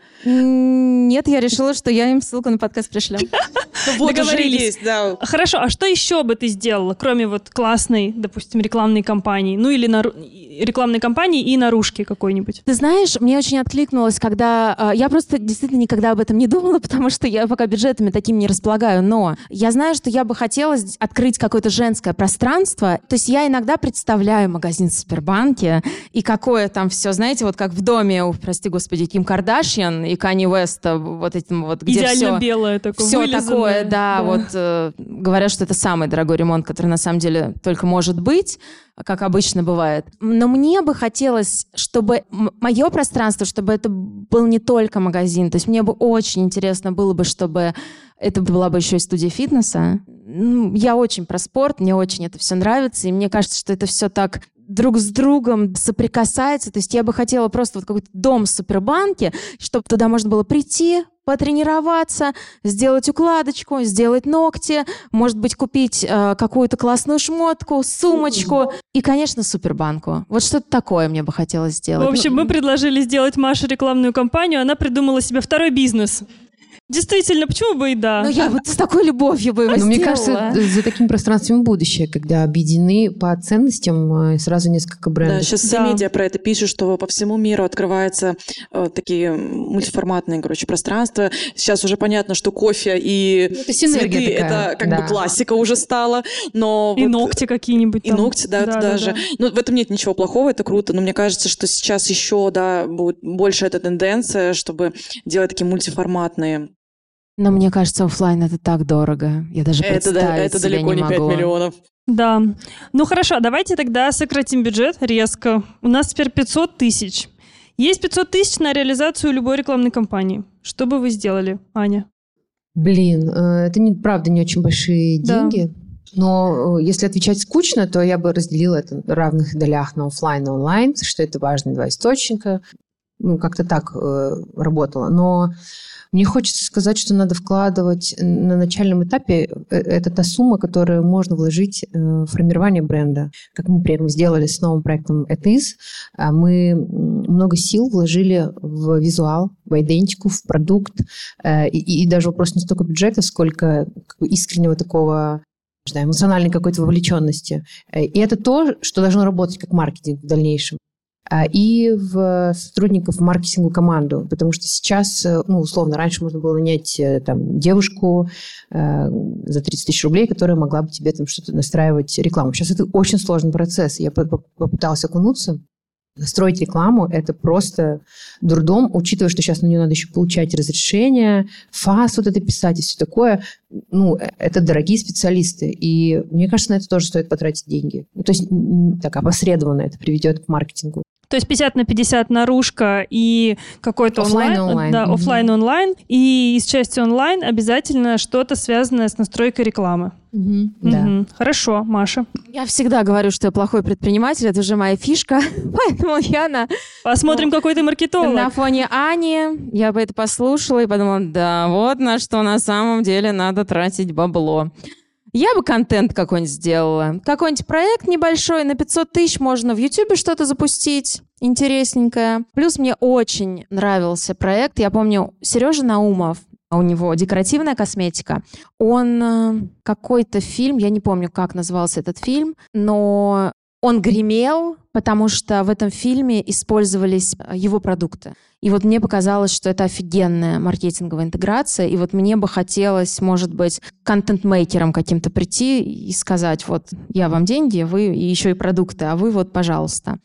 A: Нет, я решила, что я им ссылку на подкаст пришлю.
D: Вот уже
C: Договорились.
D: есть, да.
C: Хорошо, а что еще бы ты сделала, кроме вот классной, допустим, рекламной кампании? Ну или рекламной кампании и наружки какой-нибудь?
A: Ты знаешь, мне очень откликнулось, когда... я просто действительно никогда об этом не думала, потому что я пока бюджетами такими не располагаю, но я знаю, что я бы хотела открыть какое-то женское пространство. То есть я иногда представляю магазин в Супербанке, и какое там все, знаете, вот как в доме, прости господи, Ким Кардашьян и Канье Уэста, вот этим вот, где
C: Идеально белое такое,
A: все
C: вылизанное.
A: такое, да, вот говорят, что это самый дорогой ремонт, который на самом деле только может быть, как обычно бывает. Но мне бы хотелось, чтобы мое пространство, чтобы это был не только магазин. То есть мне бы очень интересно было бы, чтобы это была бы еще и студия фитнеса. Я очень про спорт, мне очень это все нравится, и мне кажется, что это все так друг с другом соприкасается. То есть я бы хотела просто вот какой-то дом в Супербанке, чтобы туда можно было прийти, потренироваться, сделать укладочку, сделать ногти, может быть, купить какую-то классную шмотку, сумочку и, конечно, Супербанку. Вот что-то такое мне бы хотелось сделать.
C: В общем, мы предложили сделать Маше рекламную кампанию, она придумала себе второй бизнес. Действительно, почему бы и да?
A: Ну, я вот с такой любовью бы его
B: Но
A: сделала.
B: мне кажется, за таким пространством будущее, когда объединены по ценностям сразу несколько брендов.
D: Да, сейчас все медиа про это пишут, что по всему миру открываются такие мультиформатные, пространства. Сейчас уже понятно, что кофе и
B: это синергия
D: цветы,
B: такая.
D: это как бы классика уже стала. Но
C: и ногти какие-нибудь
D: и
C: там.
D: ногти, да, это даже.
C: Да.
D: Ну, в этом нет ничего плохого, это круто. Но мне кажется, что сейчас еще, будет больше эта тенденция, чтобы делать такие мультиформатные.
A: Но мне кажется, офлайн это так дорого. Я даже представить
D: это
A: себе
D: далеко не 5
A: могу.
D: миллионов.
C: Да. Ну хорошо, давайте тогда сократим бюджет резко. У нас теперь 500 тысяч. Есть 500 тысяч на реализацию любой рекламной кампании. Что бы вы сделали, Аня?
B: Блин, это правда не очень большие деньги. Но если отвечать скучно, то я бы разделила это в равных долях на офлайн и онлайн, что это важные два источника. Как-то так работало. Но Мне хочется сказать, что надо вкладывать на начальном этапе, это та сумма, которую можно вложить в формирование бренда. Как мы, например, сделали с новым проектом «It Is», мы много сил вложили в визуал, в идентику, в продукт, и даже вопрос не столько бюджета, сколько искреннего такого, не знаю, эмоциональной какой-то вовлеченности. И это то, что должно работать как маркетинг в дальнейшем. И в сотрудников в маркетинговую команду, потому что сейчас, условно, раньше можно было нанять там девушку за 30 тысяч рублей, которая могла бы тебе там что-то настраивать рекламу. Сейчас это очень сложный процесс. Я попыталась окунуться. Настроить рекламу – это просто дурдом, учитывая, что сейчас на нее надо еще получать разрешение, ФАС вот это писать и все такое. Это дорогие специалисты. И мне кажется, на это тоже стоит потратить деньги. То есть так опосредованно это приведет к маркетингу.
C: То есть 50/50 наружка и какой-то
B: онлайн.
C: Да, офлайн-онлайн. И из части онлайн обязательно что-то связанное с настройкой рекламы.
B: Да.
C: Хорошо, Маша.
A: Я всегда говорю, что я плохой предприниматель, это уже моя фишка, поэтому я
C: Посмотрим, какой ты маркетолог.
A: На фоне Ани я бы это послушала и подумала, да, вот на что на самом деле надо тратить бабло. Я бы контент какой-нибудь сделала. Какой-нибудь проект небольшой, на 500 тысяч можно в Ютубе что-то запустить интересненькое. Плюс мне очень нравился проект. Я помню, Сережа Наумов, у него декоративная косметика. Он какой-то фильм, я не помню, как назывался этот фильм, но он гремел, потому что в этом фильме использовались его продукты. И вот мне показалось, что это офигенная маркетинговая интеграция, и вот мне бы хотелось, может быть, контент-мейкером каким-то прийти и сказать, вот я вам деньги, вы и еще и продукты, а вы вот, пожалуйста.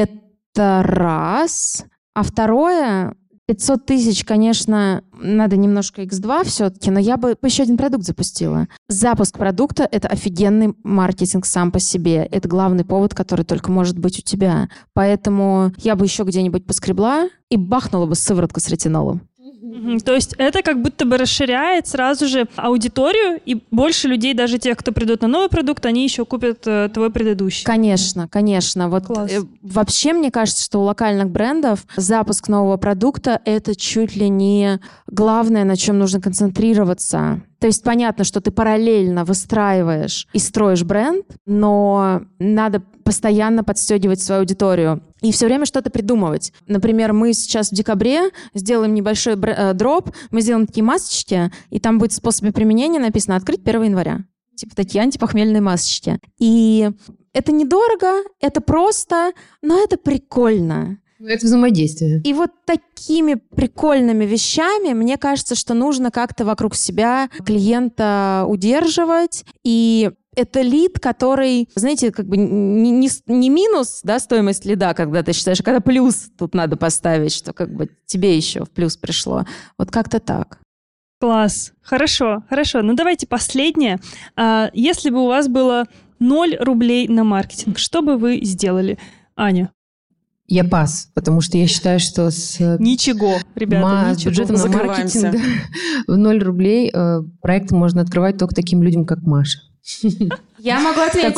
A: Это раз. А второе, 500 тысяч, конечно, надо немножко x2 все-таки, но я бы еще один продукт запустила. Запуск продукта — это офигенный маркетинг сам по себе. Это главный повод, который только может быть у тебя. Поэтому я бы еще где-нибудь поскребла и бахнула бы сыворотку с ретинолом.
C: То есть это как будто бы расширяет сразу же аудиторию, и больше людей, даже тех, кто придут на новый продукт, они еще купят твой предыдущий.
A: Конечно, конечно. Вот вообще мне кажется, что у локальных брендов запуск нового продукта — это чуть ли не главное, на чем нужно концентрироваться. То есть понятно, что ты параллельно выстраиваешь и строишь бренд, но надо постоянно подстегивать свою аудиторию и все время что-то придумывать. Например, мы сейчас в декабре сделаем небольшой дроп, мы сделаем такие масочки, и там будет в способе применения написано «Открыть 1 января». Типа такие антипохмельные масочки. И это недорого, это просто, но это прикольно.
B: Это взаимодействие.
A: И вот такими прикольными вещами, мне кажется, что нужно как-то вокруг себя клиента удерживать. И это лид, который, знаете, как бы не минус, да, стоимость лида, когда ты считаешь, а когда плюс тут надо поставить, что как бы тебе еще в плюс пришло. Вот как-то так.
C: Класс. Хорошо. Ну, давайте последнее. Если бы у вас было 0 рублей на маркетинг, что бы вы сделали? Аня?
B: Я пас, потому что я считаю, что с
C: ничего, ребята,
B: с бюджетом на маркетинг в 0 рублей проекты можно открывать только таким людям, как Маша.
A: Я могу ответить.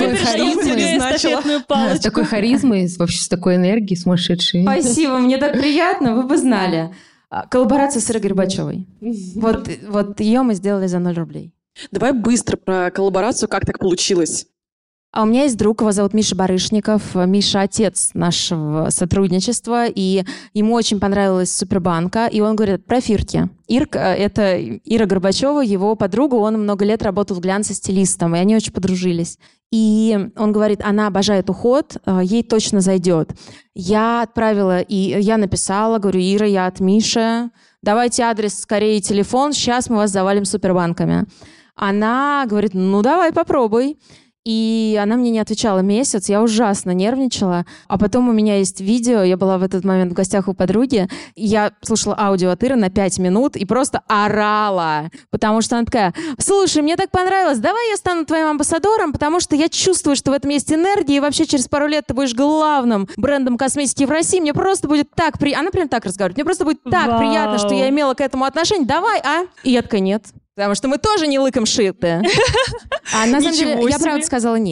B: С такой харизмой, вообще с такой энергией сумасшедшей.
A: Спасибо, мне так приятно, вы бы знали. Коллаборация с Ирой Горбачевой. Вот ее мы сделали за 0 рублей.
D: Давай быстро про коллаборацию, как так получилось.
A: А у меня есть друг, его зовут Миша Барышников. Миша — отец нашего сотрудничества, и ему очень понравилась Супербанка, и он говорит про Фирки. Ирка — это Ира Горбачева, его подруга, он много лет работал в глянце стилистом, и они очень подружились. И он говорит, она обожает уход, ей точно зайдет. Я отправила, и я написала, говорю, Ира, я от Миши, давайте адрес, скорее телефон, сейчас мы вас завалим супербанками. Она говорит, ну давай попробуй. И она мне не отвечала месяц, я ужасно нервничала. А потом у меня есть видео, я была в этот момент в гостях у подруги, я слушала аудио от Иры на 5 минут и просто орала, потому что она такая, слушай, мне так понравилось, давай я стану твоим амбассадором, потому что я чувствую, что в этом есть энергия, и вообще через пару лет ты будешь главным брендом косметики в России, мне просто будет так приятно, она прям так разговаривает, мне просто будет так приятно, что я имела к этому отношение, давай, а? И я такая, нет. Потому что мы тоже не лыком шиты. А на самом деле я правда сказала нет.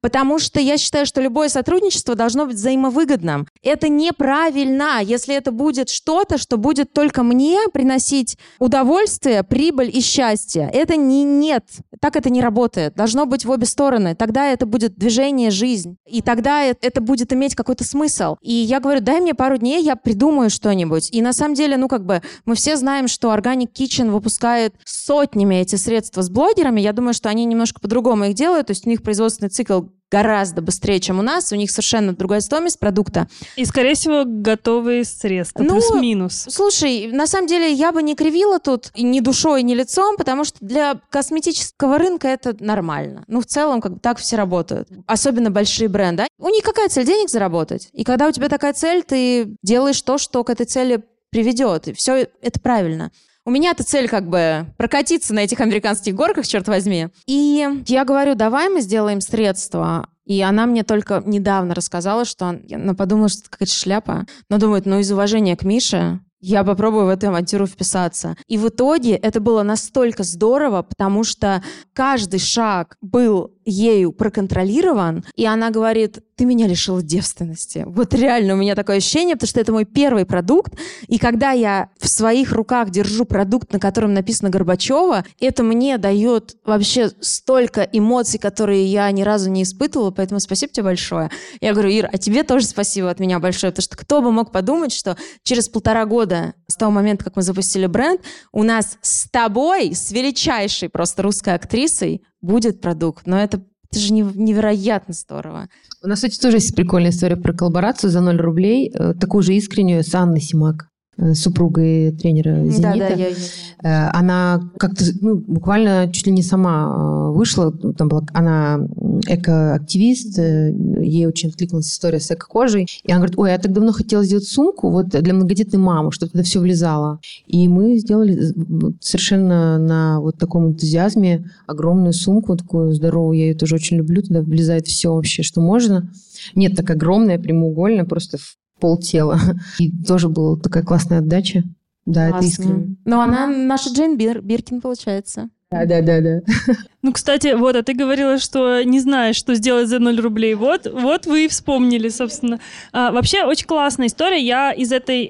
A: Потому что я считаю, что любое сотрудничество должно быть взаимовыгодным. Это неправильно, если это будет что-то, что будет только мне приносить удовольствие, прибыль и счастье. Это нет. Так это не работает. Должно быть в обе стороны. Тогда это будет движение, жизнь. И тогда это будет иметь какой-то смысл. И я говорю, дай мне пару дней, я придумаю что-нибудь. И на самом деле, мы все знаем, что Organic Kitchen выпускает сотнями эти средства с блогерами. Я думаю, что они немножко по-другому их делают. То есть у них производственный цикл гораздо быстрее, чем у нас. У них совершенно другая стоимость продукта.
C: И, скорее всего, готовые средства, плюс-минус.
A: Слушай, на самом деле я бы не кривила тут ни душой, ни лицом, потому что для косметического рынка это нормально. В целом, так все работают. Особенно большие бренды. У них какая цель? Денег заработать. И когда у тебя такая цель, ты делаешь то, что к этой цели приведет. И все это правильно. У меня-то цель прокатиться на этих американских горках, черт возьми. И я говорю, давай мы сделаем средства. И она мне только недавно рассказала, что она подумала, что это какая-то шляпа. Но думает, из уважения к Мише я попробую в эту авантюру вписаться. И в итоге это было настолько здорово, потому что каждый шаг был ею проконтролирован, и она говорит, ты меня лишила девственности. Вот реально у меня такое ощущение, потому что это мой первый продукт, и когда я в своих руках держу продукт, на котором написано Горбачева, это мне дает вообще столько эмоций, которые я ни разу не испытывала, поэтому спасибо тебе большое. Я говорю, Ир, а тебе тоже спасибо от меня большое, потому что кто бы мог подумать, что через 1,5 года с того момента, как мы запустили бренд, у нас с тобой, с величайшей просто русской актрисой, будет продукт. Но это же невероятно здорово.
B: У нас, кстати, тоже есть прикольная история про коллаборацию за 0 рублей, такую же искреннюю, с Анной Симак, супругой тренера «Зенита».
A: Да.
B: Она как-то буквально чуть ли не сама вышла. Там была, она экоактивист, ей очень откликнулась история с эко-кожей. И она говорит, я так давно хотела сделать сумку для многодетной мамы, чтобы туда все влезало. И мы сделали совершенно на таком энтузиазме огромную сумку, такую здоровую. Я ее тоже очень люблю. Туда влезает все вообще, что можно. Нет, так огромная, прямоугольная, просто в полтела. И тоже была такая классная отдача. Да,
A: классно.
B: Это искренне.
A: Но она наша Джейн Биркин, получается.
B: Да.
C: Кстати, а ты говорила, что не знаешь, что сделать за 0 рублей. Вот вы и вспомнили, собственно. Вообще, очень классная история. Я из этой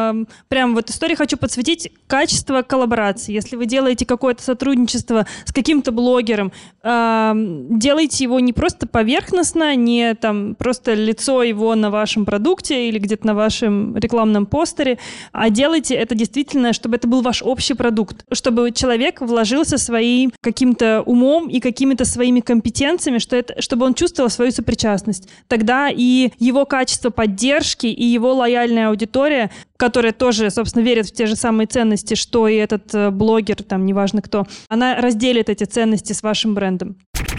C: истории хочу подсветить качество коллаборации. Если вы делаете какое-то сотрудничество с каким-то блогером, делайте его не просто поверхностно, не просто лицо его на вашем продукте или где-то на вашем рекламном постере, а делайте это действительно, чтобы это был ваш общий продукт, чтобы человек вложился своим каким-то умом и какими-то своими компетенциями, чтобы он чувствовал свою сопричастность. Тогда и его качество поддержки, и его лояльная аудитория, которая тоже, собственно, верит в те же самые ценности, что и этот блогер, неважно кто, она разделит эти ценности с вашим брендом.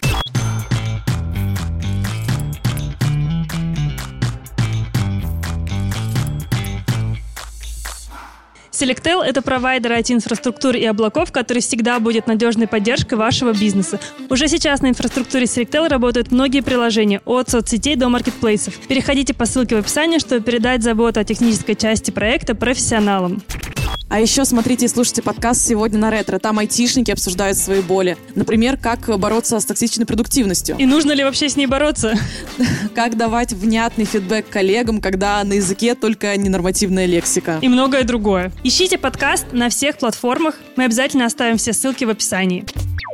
C: Selectel — это провайдер IT-инфраструктуры и облаков, который всегда будет надежной поддержкой вашего бизнеса. Уже сейчас на инфраструктуре Selectel работают многие приложения, от соцсетей до маркетплейсов. Переходите по ссылке в описании, чтобы передать заботу о технической части проекта профессионалам.
D: А еще смотрите и слушайте подкаст «Сегодня на ретро». Там айтишники обсуждают свои боли. Например, как бороться с токсичной продуктивностью.
C: И нужно ли вообще с ней бороться?
D: Как давать внятный фидбэк коллегам, когда на языке только ненормативная лексика.
C: И многое другое. Ищите подкаст на всех платформах. Мы обязательно оставим все ссылки в описании.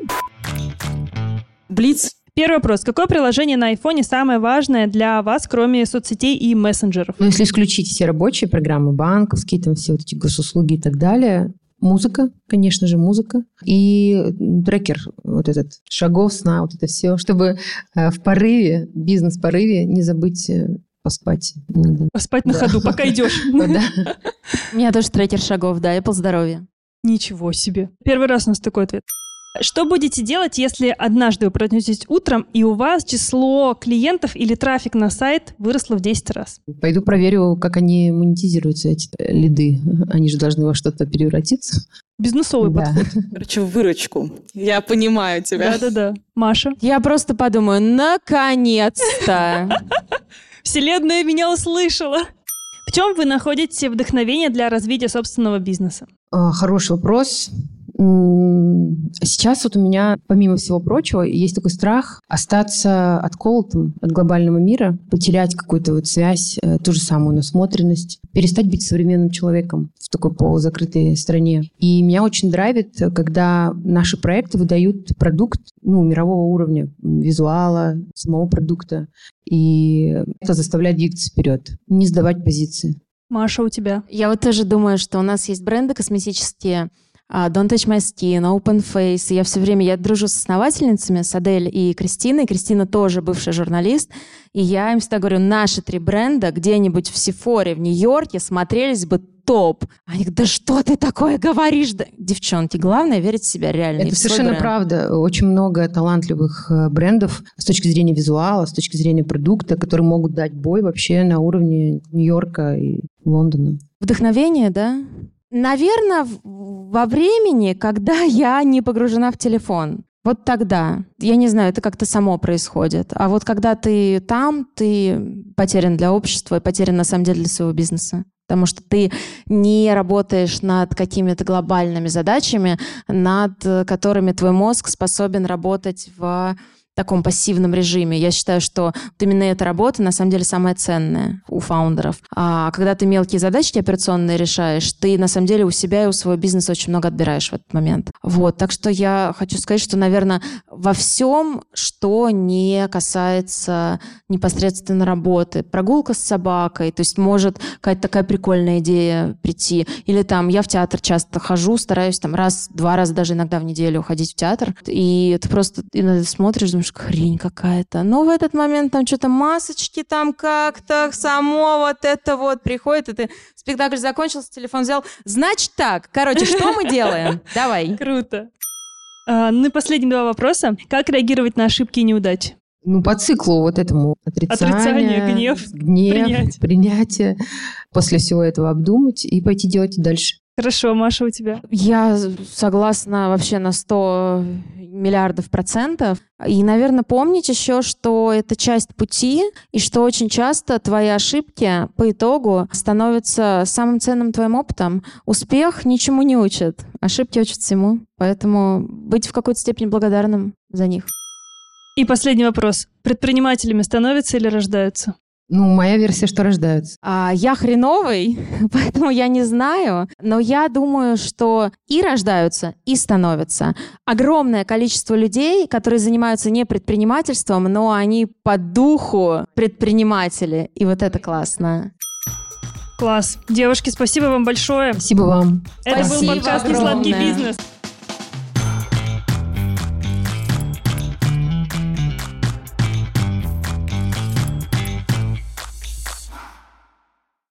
D: Блиц.
C: Первый вопрос. Какое приложение на айфоне самое важное для вас, кроме соцсетей и мессенджеров?
B: Если исключить все рабочие программы, банковские, все эти госуслуги и так далее, музыка, конечно же, музыка. И трекер, этот шагов, сна, это все, чтобы в порыве, бизнес-порыве не забыть поспать.
C: Поспать на ходу, пока идешь.
A: У меня тоже трекер шагов, да, Apple здоровье.
C: Ничего себе. Первый раз у нас такой ответ. Что будете делать, если однажды вы проснетесь утром, и у вас число клиентов или трафик на сайт выросло в 10 раз?
B: Пойду проверю, как они монетизируются, эти лиды. Они же должны во что-то превратиться.
C: Бизнесовый подход.
D: Короче, выручку. Я понимаю тебя.
C: Да-да-да. Маша?
A: Я просто подумаю, наконец-то!
C: Вселенная меня услышала. В чем вы находите вдохновение для развития собственного бизнеса?
B: Хороший вопрос. Сейчас вот у меня, помимо всего прочего, есть такой страх остаться отколотым от глобального мира, потерять какую-то вот связь, ту же самую насмотренность, перестать быть современным человеком в такой полузакрытой стране. И меня очень драйвит, когда наши проекты выдают продукт мирового уровня, визуала, самого продукта. И это заставляет двигаться вперед, не сдавать позиции.
C: Маша, у тебя?
A: Я вот тоже думаю, что у нас есть бренды косметические, Don't Touch My Skin, Open Face. И я дружу с основательницами, с Адель и Кристиной. Кристина тоже бывший журналист. И я им всегда говорю, наши 3 бренда где-нибудь в Сефоре в Нью-Йорке смотрелись бы топ. Они говорят, да что ты такое говоришь? Да, девчонки, главное верить в себя реально.
B: Это совершенно правда. Очень много талантливых брендов с точки зрения визуала, с точки зрения продукта, которые могут дать бой вообще на уровне Нью-Йорка и Лондона.
A: Вдохновение, да? Наверное, во времени, когда я не погружена в телефон. Вот тогда. Я не знаю, это как-то само происходит. А вот когда ты там, ты потерян для общества и потерян, на самом деле, для своего бизнеса. Потому что ты не работаешь над какими-то глобальными задачами, над которыми твой мозг способен работать в таком пассивном режиме. Я считаю, что вот именно эта работа на самом деле самая ценная у фаундеров. А когда ты мелкие задачки операционные решаешь, ты на самом деле у себя и у своего бизнеса очень много отбираешь в этот момент. Вот. Так что я хочу сказать, что, наверное, во всем, что не касается непосредственно работы. Прогулка с собакой, то есть может какая-то такая прикольная идея прийти. Или там я в театр часто хожу, стараюсь там два раза даже иногда в неделю ходить в театр. И ты просто иногда смотришь, думаешь, хрень какая-то. Но в этот момент там что-то масочки там как-то, само вот это вот приходит, и ты спектакль закончился, телефон взял. Значит так, короче, что мы делаем? Давай.
C: Круто. Ну и последние 2 вопроса. Как реагировать на ошибки и неудачи?
B: По циклу вот этому
C: отрицание, гнев,
B: принятие. После всего этого обдумать и пойти делать дальше.
C: Хорошо, Маша, у тебя?
A: Я согласна вообще на 100 миллиардов %. И, наверное, помнить еще, что это часть пути, и что очень часто твои ошибки по итогу становятся самым ценным твоим опытом. Успех ничему не учит, ошибки учат всему. Поэтому быть в какой-то степени благодарным за них.
C: И последний вопрос. Предпринимателями становятся или рождаются?
B: Моя версия, что рождаются.
A: Я хреновый, поэтому я не знаю, но я думаю, что и рождаются, и становятся. Огромное количество людей, которые занимаются не предпринимательством, но они по духу предприниматели, и вот это классно.
C: Класс. Девушки, спасибо вам большое.
B: Спасибо вам.
C: Это был подкаст «Несладкий бизнес».